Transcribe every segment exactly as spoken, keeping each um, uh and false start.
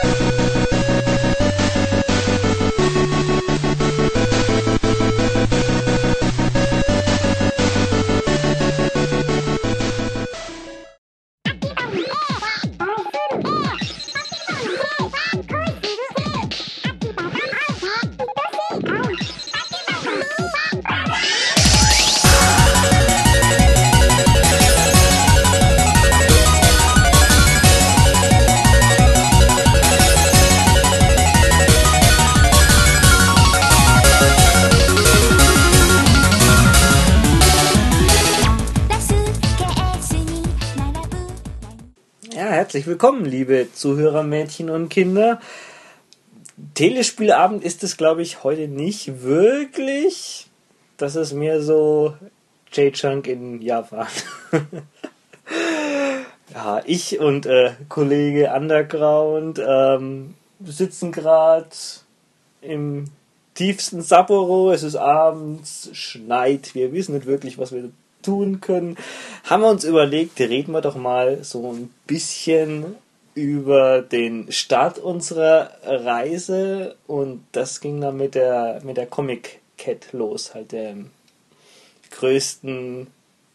Herzlich willkommen, liebe Zuhörer, Mädchen und Kinder. Telespielabend ist es, glaube ich, heute nicht wirklich. Das ist mehr so J-Chunk in Japan. Ja, ich und äh, Kollege Underground ähm, sitzen gerade im tiefsten Sapporo. Es ist abends, schneit. Wir wissen nicht wirklich, was wir tun können. Haben wir uns überlegt, reden wir doch mal so ein bisschen über den Start unserer Reise, und das ging dann mit der mit der Comic Cat los, halt dem größten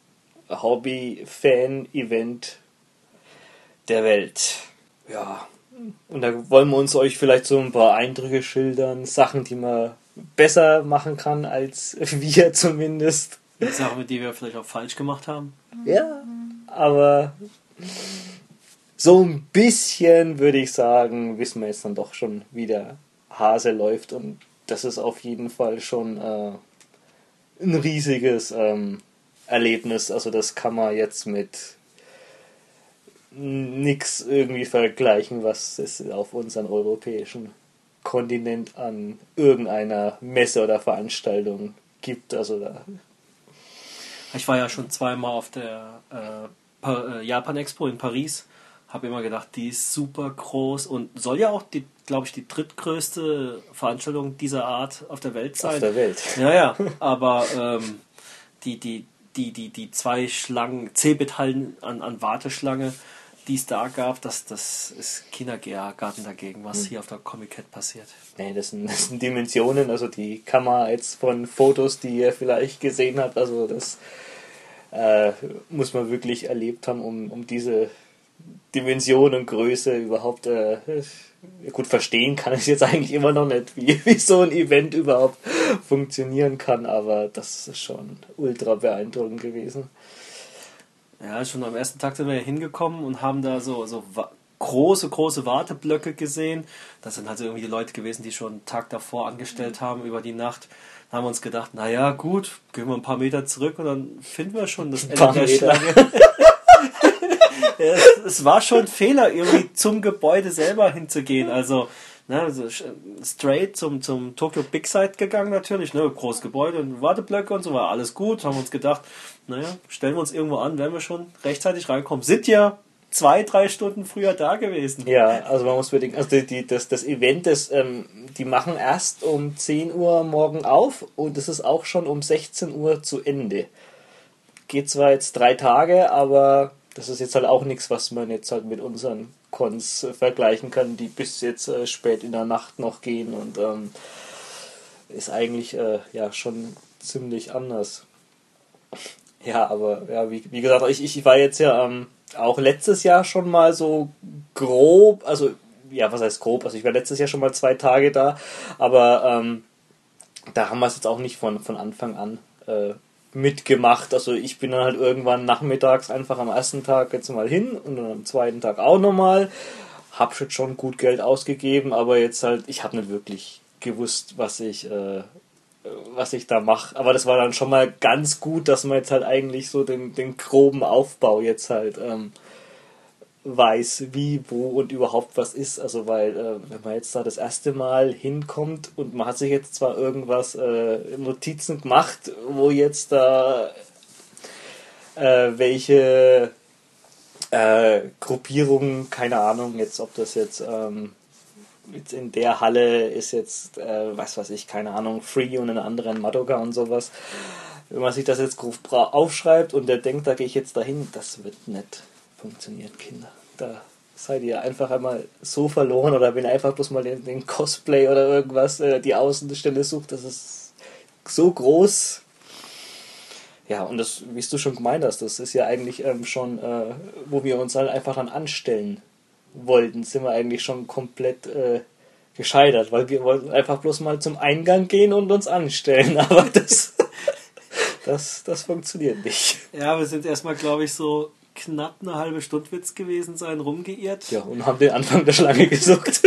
Hobby-Fan-Event der Welt. Ja, und da wollen wir uns euch vielleicht so ein paar Eindrücke schildern, Sachen, die man besser machen kann als wir zumindest. Sachen, die wir vielleicht auch falsch gemacht haben. Ja, aber so ein bisschen, würde ich sagen, wissen wir jetzt dann doch schon, wie der Hase läuft, und das ist auf jeden Fall schon äh, ein riesiges ähm, Erlebnis. Also das kann man jetzt mit nix irgendwie vergleichen, was es auf unserem europäischen Kontinent an irgendeiner Messe oder Veranstaltung gibt. Also da Ich war ja schon zweimal auf der äh, pa- äh, Japan-Expo in Paris. Habe immer gedacht, die ist super groß und soll ja auch, die, glaube ich, die drittgrößte Veranstaltung dieser Art auf der Welt sein. Auf der Welt. Ja, ja, aber ähm, die, die, die, die, die zwei Schlangen, Cebit-Hallen an, an Warteschlange, die es da gab, das, das ist Kindergarten dagegen, was hm. hier auf der Comic-Cat passiert. Nee, das sind, das sind Dimensionen, also die kann man jetzt von Fotos, die ihr vielleicht gesehen habt, also das äh, muss man wirklich erlebt haben, um, um diese Dimension und Größe überhaupt äh, gut verstehen kann ich jetzt eigentlich immer noch nicht, wie, wie so ein Event überhaupt funktionieren kann, aber das ist schon ultra beeindruckend gewesen. Ja, schon am ersten Tag sind wir hingekommen und haben da so, so wa- große, große Warteblöcke gesehen. Das sind halt irgendwie die Leute gewesen, die schon einen Tag davor angestellt haben über die Nacht. Da haben wir uns gedacht, naja gut, gehen wir ein paar Meter zurück und dann finden wir schon das Ende der Schlange. Ja, es, es war schon ein Fehler, irgendwie zum Gebäude selber hinzugehen. Also, ne, also straight zum, zum Tokyo Big Sight gegangen natürlich. Ne, großes Gebäude und Warteblöcke und so, war alles gut. Haben uns gedacht, naja, stellen wir uns irgendwo an, werden wir schon rechtzeitig reinkommen. Sind ja zwei, drei Stunden früher da gewesen. Ja, also man muss bedenken, also die, die, das, das Event, das, ähm, die machen erst um zehn Uhr morgen auf und es ist auch schon um sechzehn Uhr zu Ende. Geht zwar jetzt drei Tage, aber das ist jetzt halt auch nichts, was man jetzt halt mit unseren Cons äh, vergleichen kann, die bis jetzt äh, spät in der Nacht noch gehen, und ähm, ist eigentlich äh, ja schon ziemlich anders. Ja, aber ja, wie, wie gesagt, ich, ich war jetzt ja ähm, auch letztes Jahr schon mal so grob, also ja, was heißt grob, also ich war letztes Jahr schon mal zwei Tage da, aber ähm, da haben wir es jetzt auch nicht von, von Anfang an äh, mitgemacht. Also ich bin dann halt irgendwann nachmittags einfach am ersten Tag jetzt mal hin und dann am zweiten Tag auch nochmal. Hab schon schon gut Geld ausgegeben, aber jetzt halt, ich habe nicht wirklich gewusst, was ich äh, was ich da mache. Aber das war dann schon mal ganz gut, dass man jetzt halt eigentlich so den, den groben Aufbau jetzt halt ähm, weiß, wie, wo und überhaupt was ist. Also weil, äh, wenn man jetzt da das erste Mal hinkommt und man hat sich jetzt zwar irgendwas äh, Notizen gemacht, wo jetzt da äh, welche äh, Gruppierungen, keine Ahnung, jetzt ob das jetzt ähm, jetzt in der Halle ist jetzt, äh, was weiß ich, keine Ahnung, Free und in einer anderen Madoka und sowas. Wenn man sich das jetzt grob aufschreibt und der denkt, da gehe ich jetzt dahin, das wird nicht funktionieren, Kinder. Da seid ihr einfach einmal so verloren oder wenn ihr einfach bloß mal den, den Cosplay oder irgendwas, äh, die Außenstelle sucht, das ist so groß. Ja, und das, wie du schon gemeint hast, das ist ja eigentlich ähm, schon, äh, wo wir uns halt einfach dann anstellen wollten, sind wir eigentlich schon komplett äh, gescheitert, weil wir wollten einfach bloß mal zum Eingang gehen und uns anstellen, aber das, das, das funktioniert nicht. Ja, wir sind erstmal, glaube ich, so knapp eine halbe Stunde wird's gewesen sein, rumgeirrt. Ja, und haben den Anfang der Schlange gesucht.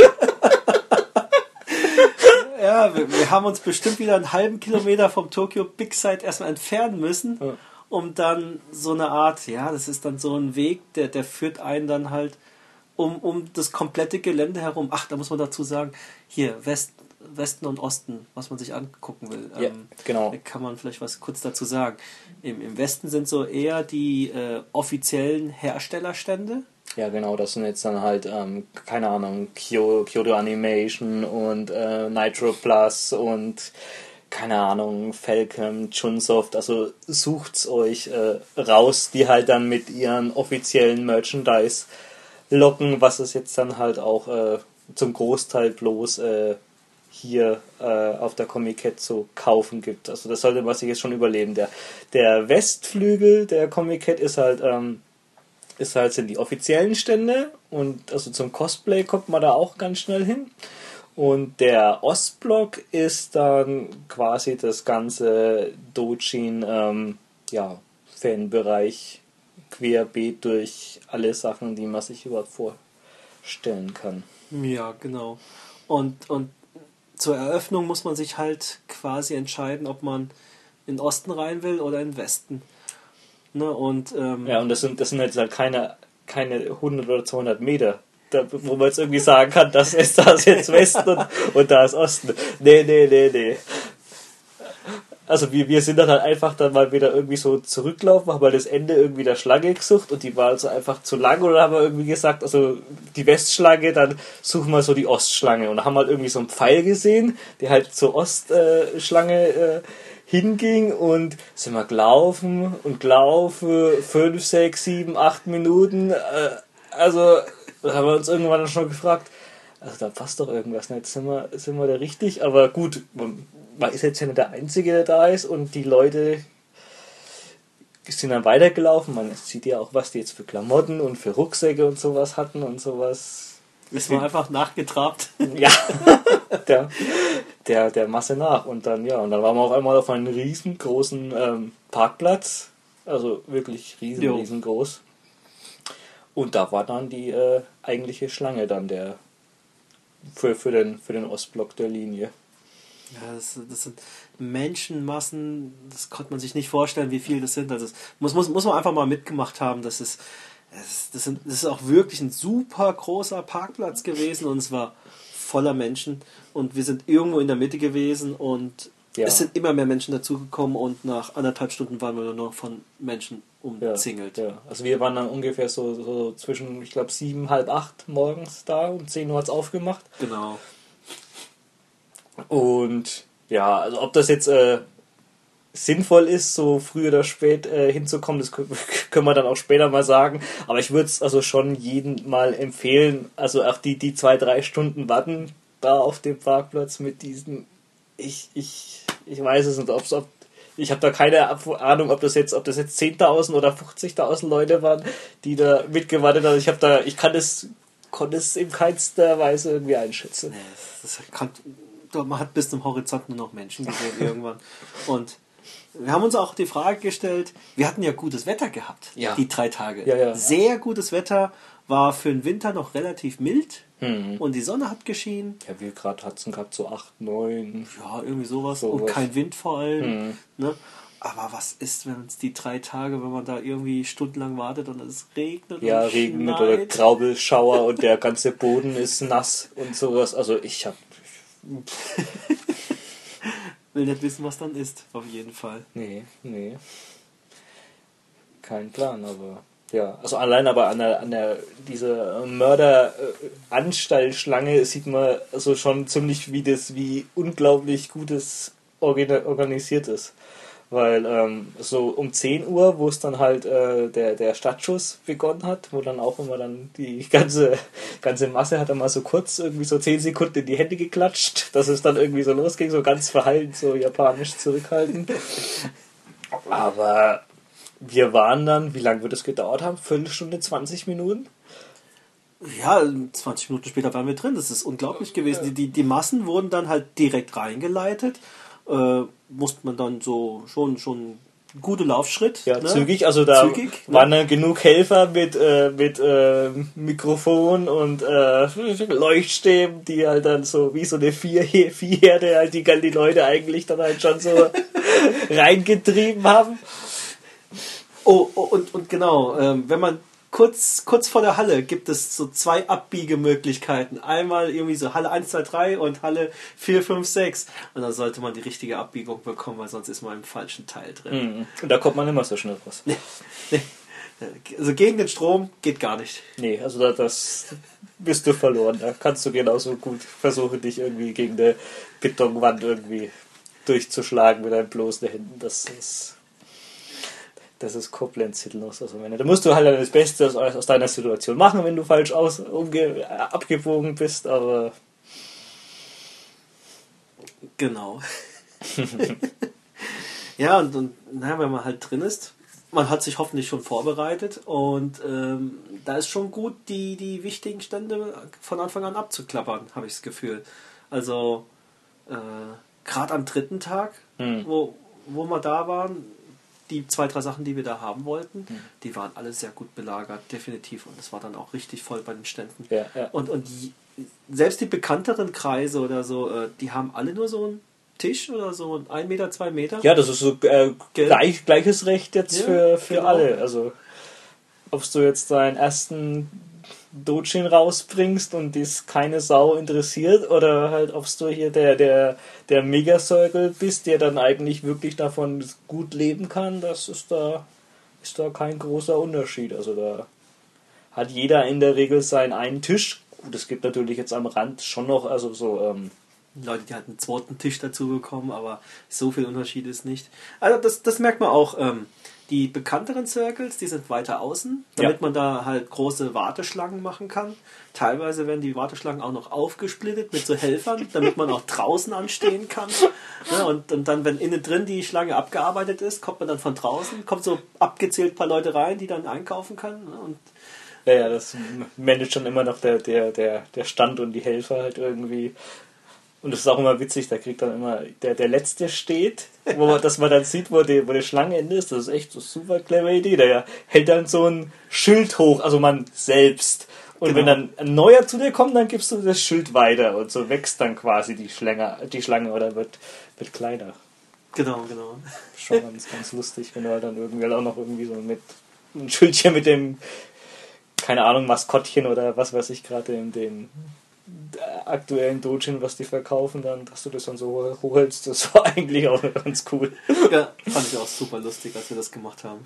Ja, wir, wir haben uns bestimmt wieder einen halben Kilometer vom Tokyo Big Sight erstmal entfernen müssen, Ja. um dann so eine Art, ja, das ist dann so ein Weg, der, der führt einen dann halt um, um das komplette Gelände herum. Ach, da muss man dazu sagen, hier, West, Westen und Osten, was man sich angucken will. Ja, ähm, genau. Da kann man vielleicht was kurz dazu sagen. Im, im Westen sind so eher die äh, offiziellen Herstellerstände. Ja, genau, das sind jetzt dann halt, ähm, keine Ahnung, Kyo, Kyoto Animation und äh, Nitro Plus und keine Ahnung, Falcom, Chunsoft, also sucht's euch äh, raus, die halt dann mit ihren offiziellen Merchandise locken, was es jetzt dann halt auch äh, zum Großteil bloß äh, hier äh, auf der Comic-Cat zu kaufen gibt. Also das sollte man sich jetzt schon überleben. Der, der Westflügel der Comic-Cat ist halt, ähm, ist halt, sind die offiziellen Stände und also zum Cosplay kommt man da auch ganz schnell hin. Und der Ostblock ist dann quasi das ganze Dojin ähm, ja, Fanbereich querbeet durch alle Sachen, die man sich überhaupt vorstellen kann. Ja, genau. Und, und zur Eröffnung muss man sich halt quasi entscheiden, ob man in den Osten rein will oder in den Westen. Ne, und, ähm, ja, und das sind, das sind jetzt halt keine, keine hundert oder zweihundert Meter, da, wo man jetzt irgendwie sagen kann, das ist, da ist jetzt Westen und, und da ist Osten. Nee, nee, nee, nee. Also wir, wir sind dann halt einfach dann mal wieder irgendwie so zurücklaufen, haben mal das Ende irgendwie der Schlange gesucht und die war also einfach zu lang und dann haben wir irgendwie gesagt, also die Westschlange, dann suchen wir so die Ostschlange und haben halt irgendwie so einen Pfeil gesehen, der halt zur Ostschlange äh, hinging und sind wir gelaufen und gelaufen, fünf, sechs, sieben, acht Minuten, äh, also da haben wir uns irgendwann dann schon gefragt, also da passt doch irgendwas nicht, sind wir, sind wir da richtig, aber gut, man, man ist jetzt ja nicht der Einzige, der da ist und die Leute sind dann weitergelaufen, man sieht ja auch, was die jetzt für Klamotten und für Rucksäcke und sowas hatten und sowas. ist man einfach nachgetrabt. Ja, der, der, der Masse nach und dann, ja, und dann waren wir auf einmal auf einem riesengroßen ähm, Parkplatz, also wirklich riesen, Jo. riesengroß. Und da war dann die äh, eigentliche Schlange dann der für, für, den, für den Ostblock der Linie. Ja, das, das sind Menschenmassen, das konnte man sich nicht vorstellen, wie viel das sind. Also das muss, muss, muss man einfach mal mitgemacht haben. Das ist, das, das, sind, das ist auch wirklich ein super großer Parkplatz gewesen und es war voller Menschen und wir sind irgendwo in der Mitte gewesen und Ja. es sind immer mehr Menschen dazugekommen und nach anderthalb Stunden waren wir nur noch von Menschen Ja, umzingelt. ja. Also wir waren dann ungefähr so, so zwischen, ich glaube, sieben, halb acht morgens da, um zehn Uhr hat es aufgemacht. Genau. Und ja, also ob das jetzt äh, sinnvoll ist, so früh oder spät äh, hinzukommen, das können wir dann auch später mal sagen. Aber ich würde es also schon jedem mal empfehlen, also auch die, die zwei, drei Stunden warten da auf dem Parkplatz mit diesen, ich, ich, ich weiß es nicht, ob's, ob ich habe da keine Ahnung, ob das jetzt, ob das jetzt zehntausend oder fünfzigtausend Leute waren, die da mitgewartet haben. Ich habe da, ich kann es, konnte es in keinster Weise irgendwie einschätzen. Nee, das kann, man hat bis zum Horizont nur noch Menschen gesehen irgendwann. Und wir haben uns auch die Frage gestellt, wir hatten ja gutes Wetter gehabt, Ja. die drei Tage. Ja, ja. Sehr gutes Wetter, war für den Winter noch relativ mild Hm. und die Sonne hat geschienen. Ja, wir gerade hatten gehabt so acht, neun. Ja, irgendwie sowas. Sowas. Und kein Wind vor allem. Hm. Ne? Aber was ist, wenn uns die drei Tage, wenn man da irgendwie stundenlang wartet und es regnet Ja, und regnet schneit. oder Graubelschauer und der ganze Boden ist nass und sowas. Also ich hab. Will nicht wissen, was dann ist, auf jeden Fall. Nee, nee. Kein Plan, aber. Ja, also allein aber an der, an der diese Mörder-Anstallschlange sieht man also schon ziemlich, wie das, wie unglaublich gut es organ- organisiert ist. weil ähm, so um zehn Uhr, wo es dann halt äh, der, der Startschuss begonnen hat, wo dann auch immer dann die ganze, ganze Masse hat dann mal so kurz irgendwie so zehn Sekunden in die Hände geklatscht, dass es dann irgendwie so losging, so ganz verhalten, so japanisch zurückhalten. Aber wir waren dann, wie lange wird es gedauert haben? Viertelstunde, zwanzig Minuten? Ja, zwanzig Minuten später waren wir drin. Das ist unglaublich gewesen. Die, die, die Massen wurden dann halt direkt reingeleitet. Äh, musste man dann so schon schon gute Laufschritt. Ja, ne? zügig. Also da zügig, waren ne? dann genug Helfer mit, äh, mit äh, Mikrofon und äh, Leuchtstäben, die halt dann so wie so eine Vier Viehherde halt die, die Leute eigentlich dann halt schon so reingetrieben haben. Oh, oh und, und genau, ähm, wenn man kurz, kurz vor der Halle gibt es so zwei Abbiegemöglichkeiten. Einmal irgendwie so Halle eins, zwei, drei und Halle vier, fünf, sechs. Und dann sollte man die richtige Abbiegung bekommen, weil sonst ist man im falschen Teil drin. Und da kommt man immer so schnell raus. Nee, nee. Also gegen den Strom geht gar nicht. Nee, also da, das bist du verloren. Da kannst du genauso gut versuchen, dich irgendwie gegen eine Betonwand irgendwie durchzuschlagen mit deinen bloßen Händen. Das ist... Das ist komplett sinnlos. Also wenn, da musst du halt das Beste aus, aus deiner Situation machen, wenn du falsch aus, umge, abgebogen bist, aber... Genau. Ja, und, und naja, wenn man halt drin ist, man hat sich hoffentlich schon vorbereitet und ähm, da ist schon gut, die, die wichtigen Stände von Anfang an abzuklappern, habe ich das Gefühl. Also äh, gerade am dritten Tag, hm. wo, wo wir da waren, die zwei, drei Sachen, die wir da haben wollten, mhm. die waren alle sehr gut belagert, definitiv. Und es war dann auch richtig voll bei den Ständen. Ja, ja. Und, und die, selbst die bekannteren Kreise oder so, äh, die haben alle nur so einen Tisch oder so ein ein Meter, zwei Meter. Ja, das ist so äh, gleich, gleiches Recht jetzt ja, für, für genau. alle. Also, ob du jetzt deinen ersten Dojin rausbringst und dies keine Sau interessiert oder halt ob du hier der, der, der Mega-Circle bist, der dann eigentlich wirklich davon gut leben kann, das ist da, ist da kein großer Unterschied. Also da hat jeder in der Regel seinen einen Tisch. Gut, es gibt natürlich jetzt am Rand schon noch, also so, ähm, Leute, die halt einen zweiten Tisch dazu bekommen, aber so viel Unterschied ist nicht. Also das, das merkt man auch. Ähm, die bekannteren Circles, die sind weiter außen, damit ja. man da halt große Warteschlangen machen kann. Teilweise werden die Warteschlangen auch noch aufgesplittet mit so Helfern, damit man auch draußen anstehen kann. Ja, und, und dann, wenn innen drin die Schlange abgearbeitet ist, kommt man dann von draußen, kommt so abgezählt ein paar Leute rein, die dann einkaufen können. Und ja, ja, das managt schon immer noch der, der, der, der Stand und die Helfer halt irgendwie. Und das ist auch immer witzig, da kriegt dann immer der, der Letzte steht, wo man, dass man dann sieht, wo die, wo die Schlangenende ist. Das ist echt so super clever Idee. Der hält dann so ein Schild hoch, also man selbst. Und genau. wenn dann ein neuer zu dir kommt, dann gibst du das Schild weiter und so wächst dann quasi die Schlange, die Schlange oder wird, wird kleiner. Genau, genau. Schon ganz, ganz lustig, wenn du halt dann irgendwie auch noch irgendwie so mit ein Schildchen mit dem, keine Ahnung, Maskottchen oder was weiß ich gerade in den aktuellen Dojin, was die verkaufen, dann, dass du das dann so hochhältst, das war eigentlich auch ganz cool. Ja, fand ich auch super lustig, als wir das gemacht haben.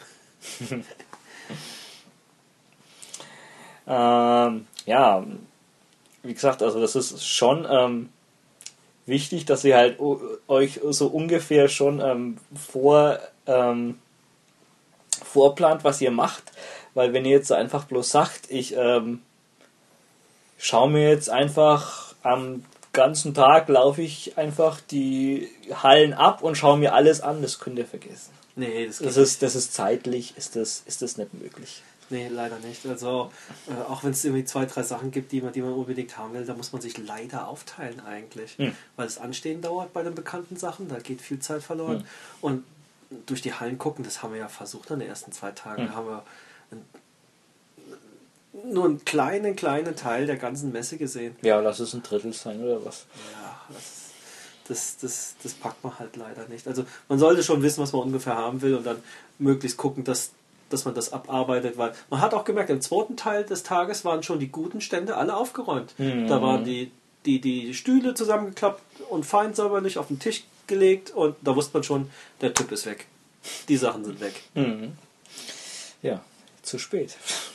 ähm, ja, wie gesagt, also das ist schon ähm, wichtig, dass ihr halt o- euch so ungefähr schon ähm, vor ähm, vorplant, was ihr macht, weil wenn ihr jetzt einfach bloß sagt, ich ähm, schau mir jetzt einfach am ganzen Tag, laufe ich einfach die Hallen ab und schaue mir alles an, das könnt ihr vergessen. Nee, das, das ist das ist zeitlich, ist das, ist das nicht möglich. Nee, leider nicht. Also äh, auch wenn es irgendwie zwei, drei Sachen gibt, die man, die man unbedingt haben will, da muss man sich leider aufteilen eigentlich. Hm. Weil das Anstehen dauert bei den bekannten Sachen, da geht viel Zeit verloren. Hm. Und durch die Hallen gucken, das haben wir ja versucht an den ersten zwei Tagen, hm. da haben wir ein, nur einen kleinen, kleinen Teil der ganzen Messe gesehen. Ja, lass es ein Drittel sein oder was. Ja, das, das, das, das packt man halt leider nicht. Also man sollte schon wissen, was man ungefähr haben will und dann möglichst gucken, dass, dass man das abarbeitet, weil man hat auch gemerkt, im zweiten Teil des Tages waren schon die guten Stände alle aufgeräumt. Mhm. Da waren die, die, die Stühle zusammengeklappt und fein säuberlich auf den Tisch gelegt und da wusste man schon, der Typ ist weg. Die Sachen sind weg. Mhm. Ja, zu spät.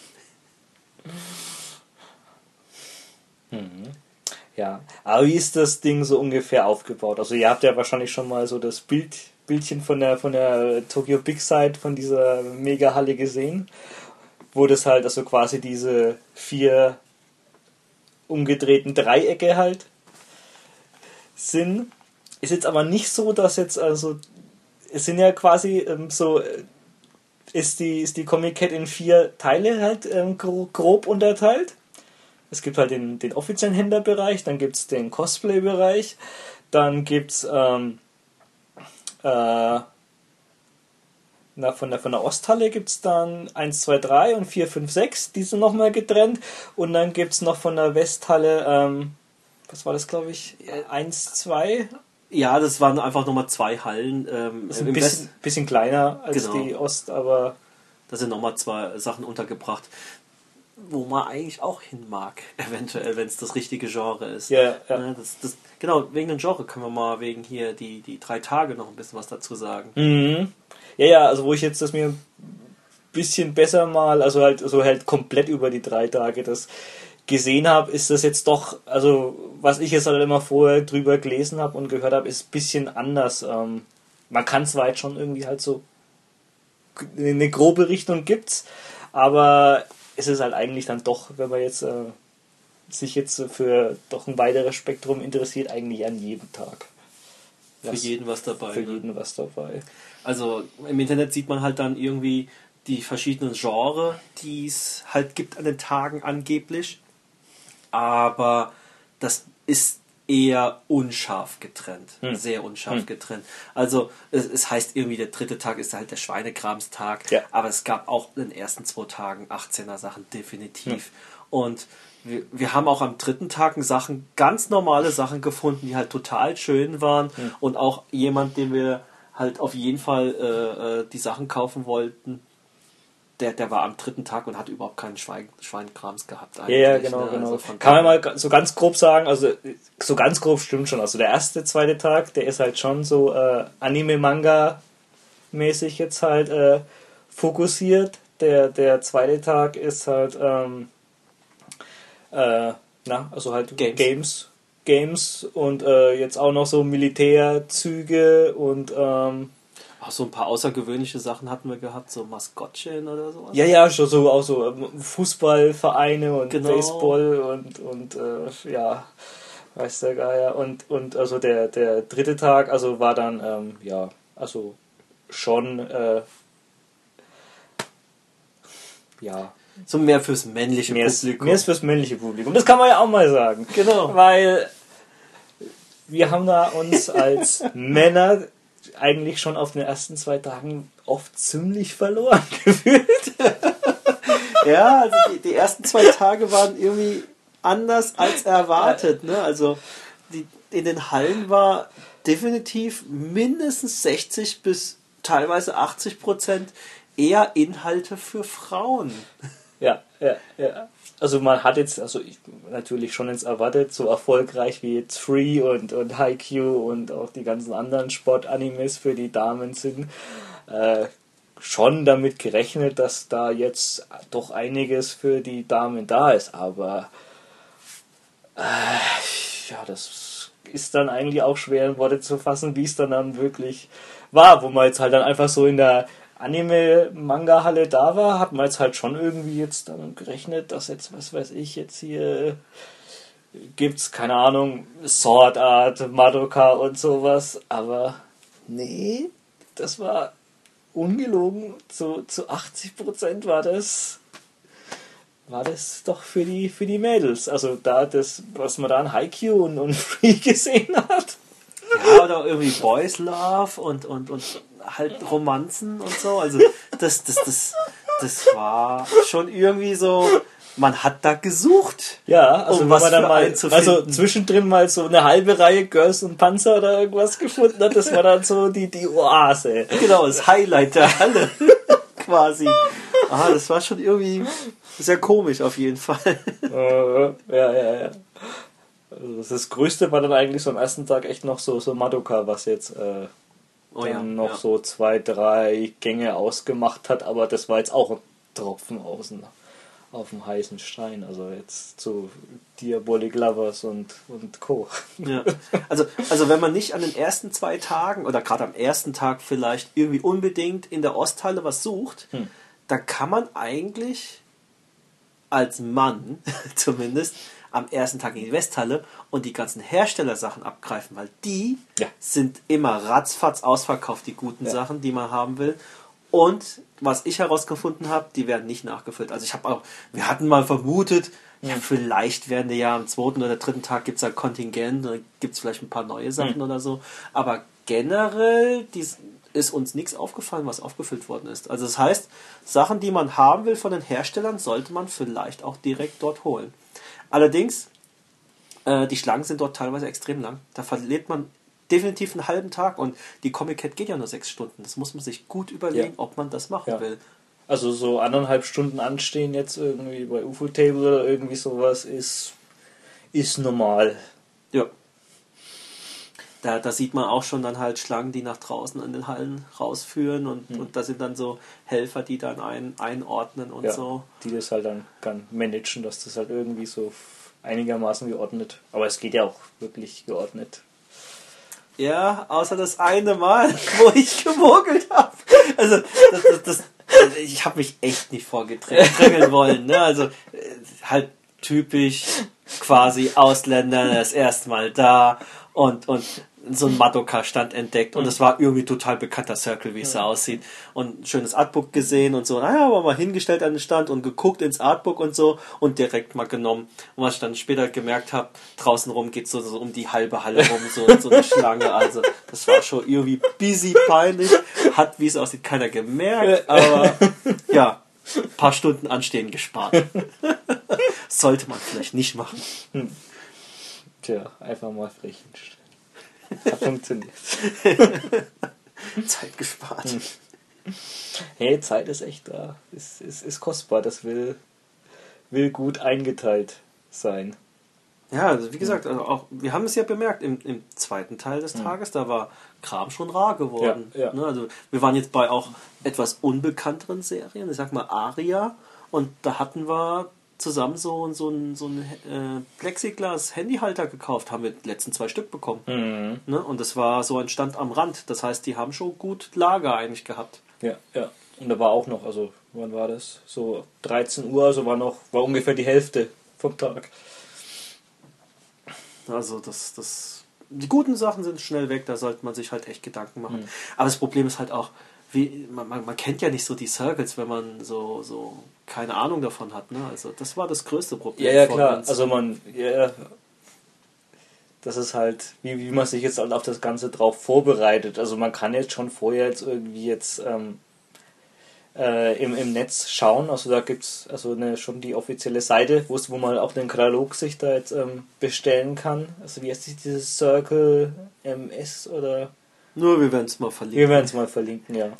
Mhm. Ja, aber wie ist das Ding so ungefähr aufgebaut? Also ihr habt ja wahrscheinlich schon mal so das Bild, Bildchen von der von der Tokyo Big Sight, von dieser Mega-Halle gesehen, wo das halt also quasi diese vier umgedrehten Dreiecke halt sind. Ist jetzt aber nicht so, dass jetzt also es sind ja quasi ähm, so ist die ist die Comic Cat in vier Teile halt ähm, grob unterteilt. Es gibt halt den, den offiziellen Händlerbereich, dann gibt es den Cosplay-Bereich, dann gibt es ähm, äh, na, von, der, von der Osthalle gibt es dann eins, zwei, drei und vier, fünf, sechs, die sind nochmal getrennt. Und dann gibt es noch von der Westhalle, ähm, was war das, glaube ich, eins, zwei? Ja, das waren einfach nochmal zwei Hallen. Ähm, das ist ein bisschen, bisschen kleiner als genau. Die Ost, aber... Da sind nochmal zwei Sachen untergebracht, wo man eigentlich auch hin mag, eventuell, wenn es das richtige Genre ist. Ja, ja. ja das, das, genau, wegen dem Genre können wir mal wegen hier die, die drei Tage noch ein bisschen was dazu sagen. Mhm. Ja, ja, also wo ich jetzt das mir ein bisschen besser mal, also halt so halt komplett über die drei Tage das gesehen habe, ist das jetzt doch, also was ich jetzt halt immer vorher drüber gelesen habe und gehört habe, ist ein bisschen anders. Ähm, man kann zwar jetzt schon irgendwie halt so eine grobe Richtung gibt's, aber es ist halt eigentlich dann doch, wenn man jetzt äh, sich jetzt für doch ein weiteres Spektrum interessiert, eigentlich an jedem Tag. Für was, jeden was dabei. Für ne? jeden was dabei. Also im Internet sieht man halt dann irgendwie die verschiedenen Genres, die es halt gibt an den Tagen angeblich. Aber das ist eher unscharf getrennt. Hm. Sehr unscharf hm. getrennt. Also es, es heißt irgendwie, der dritte Tag ist halt der Schweinekramstag. Ja. Aber es gab auch in den ersten zwei Tagen achtzehner Sachen, definitiv. Hm. Und wir, wir haben auch am dritten Tag Sachen, ganz normale Sachen gefunden, die halt total schön waren. Hm. Und auch jemand, dem wir halt auf jeden Fall äh, äh, die Sachen kaufen wollten, Der, der war am dritten Tag und hat überhaupt keinen Schwein, Schweinkrams gehabt. Ja, ja, genau, ne? genau. Also kann man mal so ganz grob sagen, also so ganz grob stimmt schon. Also der erste, zweite Tag, der ist halt schon so äh, Anime-Manga-mäßig jetzt halt äh, fokussiert. Der, der zweite Tag ist halt ähm, äh, na, also halt Games. Games, Games und äh, jetzt auch noch so Militärzüge und ähm, auch so ein paar außergewöhnliche Sachen hatten wir gehabt, so Maskottchen oder sowas. Ja, ja, schon so auch so Fußballvereine und genau. Baseball und und äh, ja, weiß der Geier. Und und also der der dritte Tag, also war dann ähm, ja, also schon äh, ja, so mehr fürs männliche mehr Publikum. Mehr fürs männliche Publikum. Das kann man ja auch mal sagen. Genau. Weil wir haben da uns als Männer eigentlich schon auf den ersten zwei Tagen oft ziemlich verloren gefühlt. Ja, also die, die ersten zwei Tage waren irgendwie anders als erwartet. Ne? Also die, in den Hallen war definitiv mindestens sechzig bis teilweise achtzig Prozent eher Inhalte für Frauen. Ja, ja, ja. Also man hat jetzt, also ich natürlich schon jetzt erwartet, so erfolgreich wie jetzt Free und, und Haikyuu und auch die ganzen anderen Sportanimes für die Damen sind, äh, schon damit gerechnet, dass da jetzt doch einiges für die Damen da ist. Aber äh, ja, das ist dann eigentlich auch schwer in Worte zu fassen, wie es dann, dann wirklich war, wo man jetzt halt dann einfach so in der Anime-Manga-Halle da war, hat man jetzt halt schon irgendwie jetzt dann gerechnet, dass jetzt, was weiß ich, jetzt hier gibt's, keine Ahnung, Sword Art, Madoka und sowas, aber nee, das war ungelogen, zu, zu achtzig Prozent war das war das doch für die für die Mädels, also da das, was man da an Haikyuu und, und Free gesehen hat. Ja, oder irgendwie Boys Love und, und, und halt Romanzen und so. Also das, das, das, das war schon irgendwie so, man hat da gesucht. Ja, also um was man da mal, also zwischendrin mal so eine halbe Reihe Girls und Panzer oder irgendwas gefunden hat, das war dann so die, die Oase. Genau, das Highlight der Halle quasi. Ah, das war schon irgendwie sehr komisch auf jeden Fall. Uh, ja, ja, ja. Also das Größte war dann eigentlich so am ersten Tag echt noch so, so Madoka, was jetzt äh, oh, dann ja, noch ja. so zwei, drei Gänge ausgemacht hat, aber das war jetzt auch ein Tropfen aus dem, auf dem heißen Stein. Also jetzt zu Diabolik Lovers und, und Co. Ja. Also, also wenn man nicht an den ersten zwei Tagen oder gerade am ersten Tag vielleicht irgendwie unbedingt in der Osthalle was sucht, hm. dann kann man eigentlich als Mann zumindest am ersten Tag in die Westhalle und die ganzen Herstellersachen abgreifen, weil die ja. sind immer ratzfatz ausverkauft, die guten ja. Sachen, die man haben will. Und was ich herausgefunden habe, die werden nicht nachgefüllt. Also ich habe auch, wir hatten mal vermutet, mhm. ja, vielleicht werden die ja am zweiten oder dritten Tag gibt es ein Kontingent, dann gibt es vielleicht ein paar neue Sachen mhm. oder so. Aber generell die, ist uns nichts aufgefallen, was aufgefüllt worden ist. Also das heißt, Sachen, die man haben will von den Herstellern, sollte man vielleicht auch direkt dort holen. Allerdings, äh, die Schlangen sind dort teilweise extrem lang. Da verliert man definitiv einen halben Tag und die Comic-Cat geht ja nur sechs Stunden. Das muss man sich gut überlegen, ja. ob man das machen ja. will. Also so anderthalb Stunden anstehen jetzt irgendwie bei U F O-Table oder irgendwie sowas ist, ist normal. Ja. Da, da sieht man auch schon dann halt Schlangen, die nach draußen in den Hallen rausführen und, hm. und da sind dann so Helfer, die dann ein, einordnen und ja, so. Die das halt dann kann managen, dass das halt irgendwie so einigermaßen geordnet. Aber es geht ja auch wirklich geordnet. Ja, außer das eine Mal, wo ich gemogelt habe. Also, das, das, das, ich habe mich echt nicht vorgedrängeln wollen. Ne? Also, halt typisch quasi Ausländer, das erste Mal da und, und so ein Madoka-Stand entdeckt und es war irgendwie total bekannter Circle, wie es da aussieht und ein schönes Artbook gesehen und so, naja, aber mal hingestellt an den Stand und geguckt ins Artbook und so und direkt mal genommen und was ich dann später gemerkt habe, draußen rum geht es so, so um die halbe Halle rum, so, so eine Schlange, also das war schon irgendwie busy peinlich, hat, wie es aussieht, keiner gemerkt, aber ja, ein paar Stunden Anstehen gespart. Sollte man vielleicht nicht machen. Hm. Tja, einfach mal Frechen stellen. Hat funktioniert. Zeit gespart. Hm. Hey, Zeit ist echt da. Ist, ist, ist kostbar. Das will, will gut eingeteilt sein. Ja, also wie gesagt, also auch, wir haben es ja bemerkt, im, im zweiten Teil des Tages, da war Kram schon rar geworden. Ja, ja. Ne, also wir waren jetzt bei auch etwas unbekannteren Serien, ich sag mal Aria, und da hatten wir zusammen so, so einen so äh, Plexiglas-Handyhalter gekauft, haben wir die letzten zwei Stück bekommen. Mhm. Ne? Und das war so ein Stand am Rand, das heißt, die haben schon gut Lager eigentlich gehabt. Ja, ja. Und da war auch noch, also wann war das? So dreizehn Uhr, also war noch, war ungefähr die Hälfte vom Tag. Also das, das, die guten Sachen sind schnell weg, da sollte man sich halt echt Gedanken machen. Mhm. Aber das Problem ist halt auch, wie, man, man, man kennt ja nicht so die Circles, wenn man so, so keine Ahnung davon hat. Ne? Also das war das größte Problem. Ja, ja klar. Uns. Also man, ja, das ist halt, wie, wie man sich jetzt halt auf das Ganze drauf vorbereitet. Also man kann jetzt schon vorher jetzt irgendwie jetzt ähm, äh, im, im Netz schauen. Also da gibt es also eine, schon die offizielle Seite, wo wo man auch den Katalog sich da jetzt ähm, bestellen kann. Also wie heißt das, dieses Circle M S oder... Nur, wir werden es mal verlinken. Wir werden es mal verlinken, ja.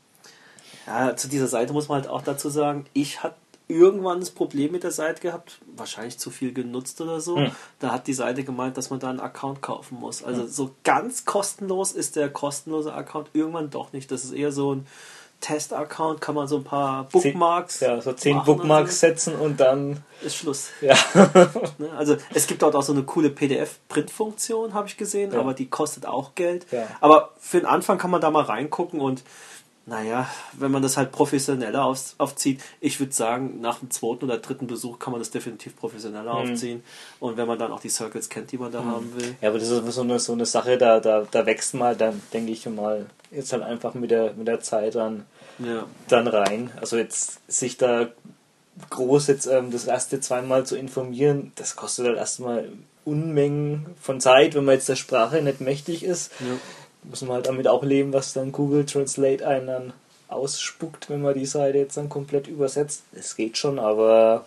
Ja, zu dieser Seite muss man halt auch dazu sagen, ich hatte irgendwann das Problem mit der Seite gehabt, wahrscheinlich zu viel genutzt oder so. Hm. Da hat die Seite gemeint, dass man da einen Account kaufen muss. Also hm. so ganz kostenlos ist der kostenlose Account irgendwann doch nicht. Das ist eher so ein Test-Account, kann man so ein paar Bookmarks Ja, so zehn Bookmarks setzen und dann... ist Schluss. Ja. Also es gibt dort auch so eine coole P D F-Print-Funktion, habe ich gesehen, ja. aber die kostet auch Geld. Ja. Aber für den Anfang kann man da mal reingucken und naja, wenn man das halt professioneller auf, aufzieht, ich würde sagen, nach dem zweiten oder dritten Besuch kann man das definitiv professioneller mhm. aufziehen. Und wenn man dann auch die Circles kennt, die man da mhm. haben will. Ja, aber das ist so eine, so eine Sache, da, da, da wächst mal, dann denke ich mal, jetzt halt einfach mit der, mit der Zeit dann, ja. dann rein. Also jetzt sich da groß jetzt ähm, das erste zweimal zu informieren, das kostet halt erstmal Unmengen von Zeit, wenn man jetzt der Sprache nicht mächtig ist. Ja. Muss man halt damit auch leben, was dann Google Translate einen dann ausspuckt, wenn man die Seite jetzt dann komplett übersetzt. Es geht schon, aber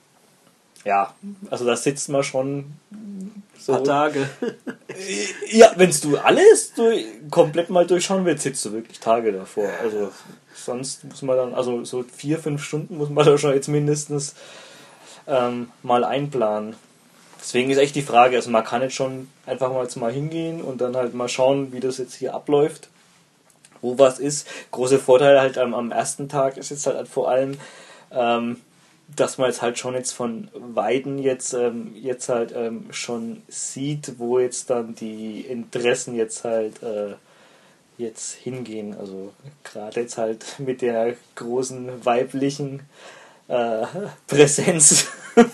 ja, also da sitzt man schon so... Ein paar Tage. Ja, wenn du alles durch, komplett mal durchschauen willst, sitzt du wirklich Tage davor. Also sonst muss man dann, also so vier, fünf Stunden muss man da schon jetzt mindestens ähm, mal einplanen. Deswegen ist echt die Frage, also man kann jetzt schon einfach mal jetzt mal hingehen und dann halt mal schauen, wie das jetzt hier abläuft, wo was ist. Große Vorteil halt am, am ersten Tag ist jetzt halt, halt vor allem, ähm, dass man jetzt halt schon jetzt von Weiden jetzt, ähm, jetzt halt ähm, schon sieht, wo jetzt dann die Interessen jetzt halt äh, jetzt hingehen. Also gerade jetzt halt mit der großen weiblichen äh, Präsenz.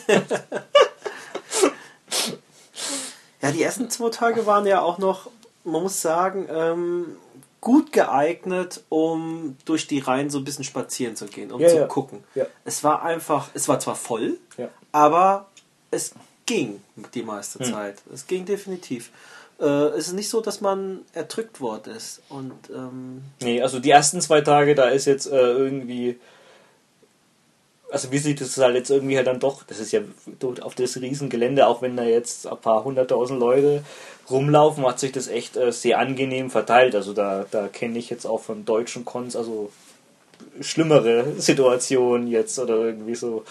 Ja, die ersten zwei Tage waren ja auch noch, man muss sagen, ähm, gut geeignet, um durch die Reihen so ein bisschen spazieren zu gehen, um ja, zu ja. gucken. Ja. Es war einfach, es war zwar voll, Ja. aber es ging die meiste Hm. Zeit. Es ging definitiv. Äh, es ist nicht so, dass man erdrückt worden ist. Und ähm, Nee, also die ersten zwei Tage, da ist jetzt äh, irgendwie, also wie sieht es halt jetzt irgendwie halt dann doch, das ist ja dort auf das Riesengelände, auch wenn da jetzt ein paar hunderttausend Leute rumlaufen, hat sich das echt äh, sehr angenehm verteilt. Also da, da kenne ich jetzt auch von deutschen Cons, also schlimmere Situationen jetzt oder irgendwie so.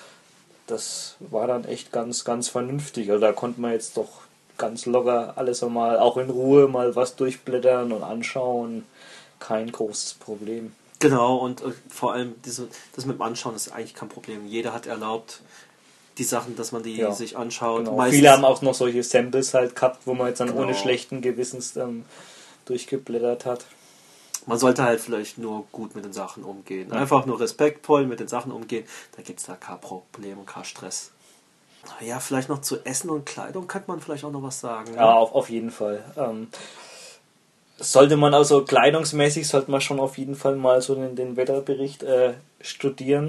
Das war dann echt ganz, ganz vernünftig. Also da konnte man jetzt doch ganz locker alles einmal, auch in Ruhe mal was durchblättern und anschauen. Kein großes Problem. genau, und äh, vor allem diese, das mit dem Anschauen ist eigentlich kein Problem. Jeder hat erlaubt, die Sachen, dass man die Ja, sich anschaut. Genau. Meistens, Viele haben auch noch solche Samples halt gehabt, wo man jetzt dann Genau. ohne schlechten Gewissens ähm, durchgeblättert hat. man sollte halt vielleicht nur gut mit den Sachen umgehen. Ja. Einfach nur respektvoll mit den Sachen umgehen. Da gibt es da kein Problem und kein Stress. Ja, vielleicht noch zu Essen und Kleidung könnte man vielleicht auch noch was sagen. Ne? Ja, auf, auf jeden Fall. Ähm, sollte man also kleidungsmäßig, sollte man schon auf jeden Fall mal so den, den Wetterbericht äh, studieren.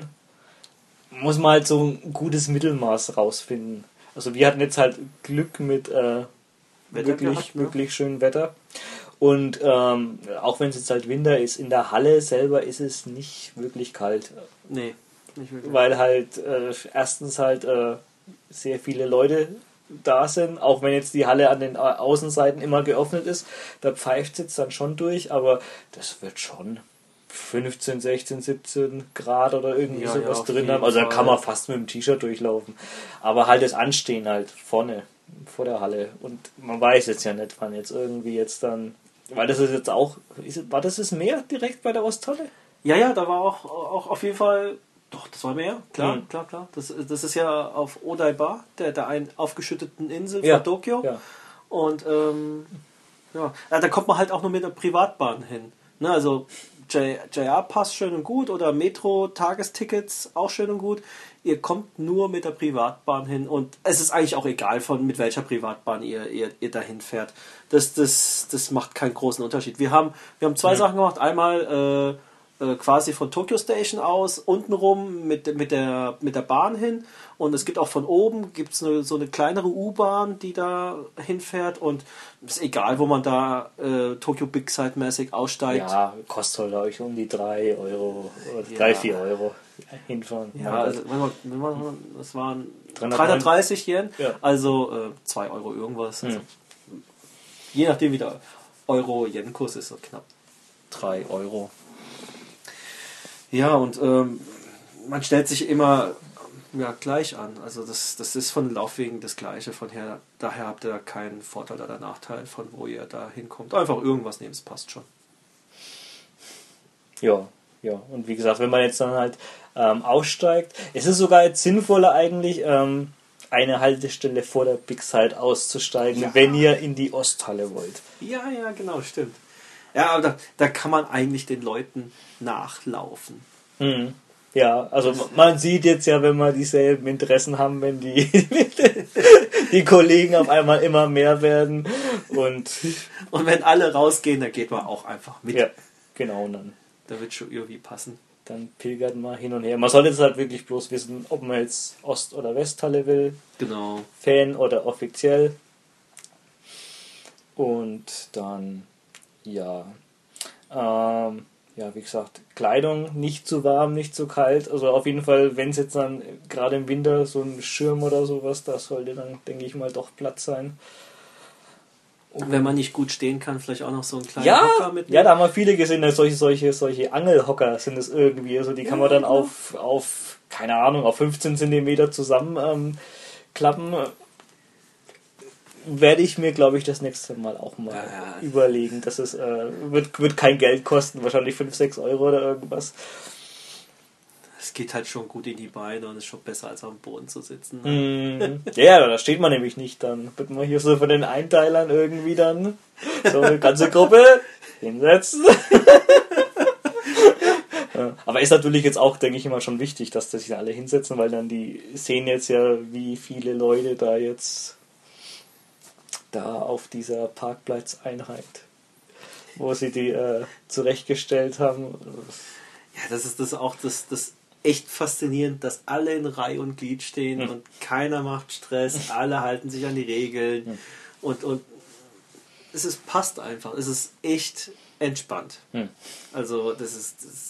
Muss man halt so ein gutes Mittelmaß rausfinden. Also wir hatten jetzt halt Glück mit äh, Wetter wirklich, gehabt, ne? wirklich schönem Wetter. Und ähm, auch wenn es jetzt halt Winter ist, in der Halle selber ist es nicht wirklich kalt. Nee, nicht wirklich. Weil halt äh, erstens halt äh, sehr viele Leute da sind, auch wenn jetzt die Halle an den Außenseiten immer geöffnet ist, da pfeift es jetzt dann schon durch, aber das wird schon fünfzehn, sechzehn, siebzehn Grad oder irgendwie Ja, sowas ja, auf drin jeden haben. Also da Fall. kann man fast mit dem T-Shirt durchlaufen. Aber halt das Anstehen halt vorne, vor der Halle. Und man weiß jetzt ja nicht, wann jetzt irgendwie jetzt dann, weil das ist jetzt auch, ist, war das das Meer direkt bei der Osthalle? Ja, ja, da war auch, auch auf jeden Fall, doch, das war mehr, klar, Mhm. klar, klar. Das, das ist ja auf Odaiba, der, der einen aufgeschütteten Insel Ja, von Tokio. ja. Und ähm, ja. ja, da kommt man halt auch nur mit der Privatbahn hin. Ne, also J R-Pass schön und gut oder Metro-Tagestickets auch schön und gut. Ihr kommt nur mit der Privatbahn hin und es ist eigentlich auch egal, von mit welcher Privatbahn ihr, ihr, ihr dahin fährt. Das, das, das macht keinen großen Unterschied. Wir haben, wir haben zwei Ja. Sachen gemacht. Einmal äh, äh, quasi von Tokyo Station aus, untenrum mit, mit, der, mit der Bahn hin. Und es gibt auch von oben gibt's eine, so eine kleinere U-Bahn, die da hinfährt. Und es ist egal, wo man da äh, Tokyo Big Side mäßig aussteigt. Ja, kostet halt euch um die drei Euro oder Ja. drei, vier Euro hinfahren. Ja, Mein also Gott. wenn man, wenn man, das waren dreihundertneun dreihundertdreißig Yen, Ja. also äh, zwei Euro irgendwas. Also, Hm. je nachdem, wie der Euro-Yen-Kurs ist, so knapp drei Euro. Ja, und ähm, man stellt sich immer ja, gleich an. Also das, das ist von den Laufwegen das Gleiche. Von her, daher habt ihr keinen Vorteil oder Nachteil, von wo ihr da hinkommt. Einfach irgendwas nehmen, es passt schon. Ja, ja. Und wie gesagt, wenn man jetzt dann halt ähm, aussteigt, es ist sogar jetzt sinnvoller eigentlich, ähm, eine Haltestelle vor der Big Side auszusteigen, Ja. wenn ihr in die Osthalle wollt. Ja, ja, genau, stimmt. Ja, aber da, da kann man eigentlich den Leuten nachlaufen. Mhm. Ja, also man sieht jetzt ja, wenn wir dieselben Interessen haben, wenn die, die Kollegen auf einmal immer mehr werden und Und wenn alle rausgehen, dann geht man auch einfach mit. ja, genau, und dann, Da wird schon irgendwie passen. dann pilgert man hin und her. Man sollte jetzt halt wirklich bloß wissen, ob man jetzt Ost- oder Westhalle will, Genau. Fan oder offiziell. Und dann, ja, ähm, ja, wie gesagt, Kleidung nicht zu warm, nicht zu kalt. Also auf jeden Fall, wenn es jetzt dann gerade im Winter so ein Schirm oder sowas, da sollte dann, denke ich mal, doch Platz sein. Und wenn man nicht gut stehen kann, vielleicht auch noch so einen kleinen Ja, Hocker mitnehmen. ja, da haben wir viele gesehen, dass solche, solche, solche Angelhocker sind es irgendwie. Also die kann Ja, man dann genau. auf, auf, keine Ahnung, auf fünfzehn Zentimeter zusammen ähm, klappen. Werde ich mir, glaube ich, das nächste Mal auch mal Ja, ja. überlegen. Das ist, äh, wird, wird kein Geld kosten, wahrscheinlich fünf, sechs Euro oder irgendwas. es geht halt schon gut in die Beine und ist schon besser als am Boden zu sitzen. Ne? Mm, ja, da steht man nämlich nicht. Dann wird man hier so von den Einteilern irgendwie dann so eine ganze Gruppe hinsetzen. Ja, aber ist natürlich jetzt auch, denke ich, immer schon wichtig, dass sich alle hinsetzen, weil dann die sehen jetzt ja, wie viele Leute da jetzt da auf dieser Parkplatzeinheit, wo sie die äh, zurechtgestellt haben. Ja, das ist das auch das, das echt faszinierend, dass alle in Reihe und Glied stehen hm. und keiner macht Stress, alle halten sich an die Regeln hm. und, und es ist, passt einfach, es ist echt entspannt. Hm. Also das ist, das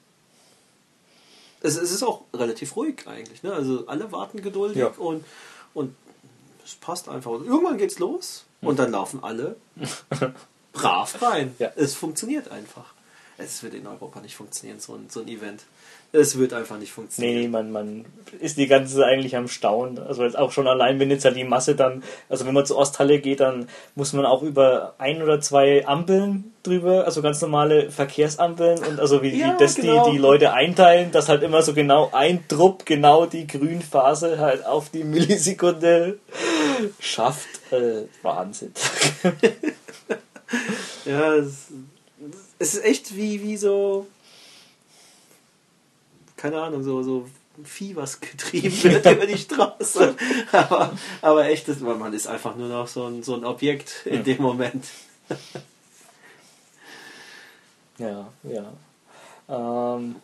es, es ist auch relativ ruhig eigentlich, ne? Also alle warten geduldig ja. und, und es passt einfach. Und irgendwann geht's los hm. und dann laufen alle brav rein. Ja. Es funktioniert einfach. Es wird in Europa nicht funktionieren, so ein, so ein Event. Es wird einfach nicht funktionieren. Nee, man, man ist die ganze Zeit eigentlich am Staunen. Also jetzt auch schon allein, wenn jetzt halt die Masse dann, also wenn man zur Osthalle geht, dann muss man auch über ein oder zwei Ampeln drüber, also ganz normale Verkehrsampeln und also wie, ja, wie das genau. die, die Leute einteilen, dass halt immer so genau ein Trupp genau die Grünphase halt auf die Millisekunde schafft. Äh, Wahnsinn. Ja, es, es ist echt wie, wie so keine Ahnung, so, so Vieh, was getrieben wird über die Straße. Aber, aber echt, das, man ist einfach nur noch so ein, so ein Objekt in ja. dem Moment. Ja, ja. Ähm,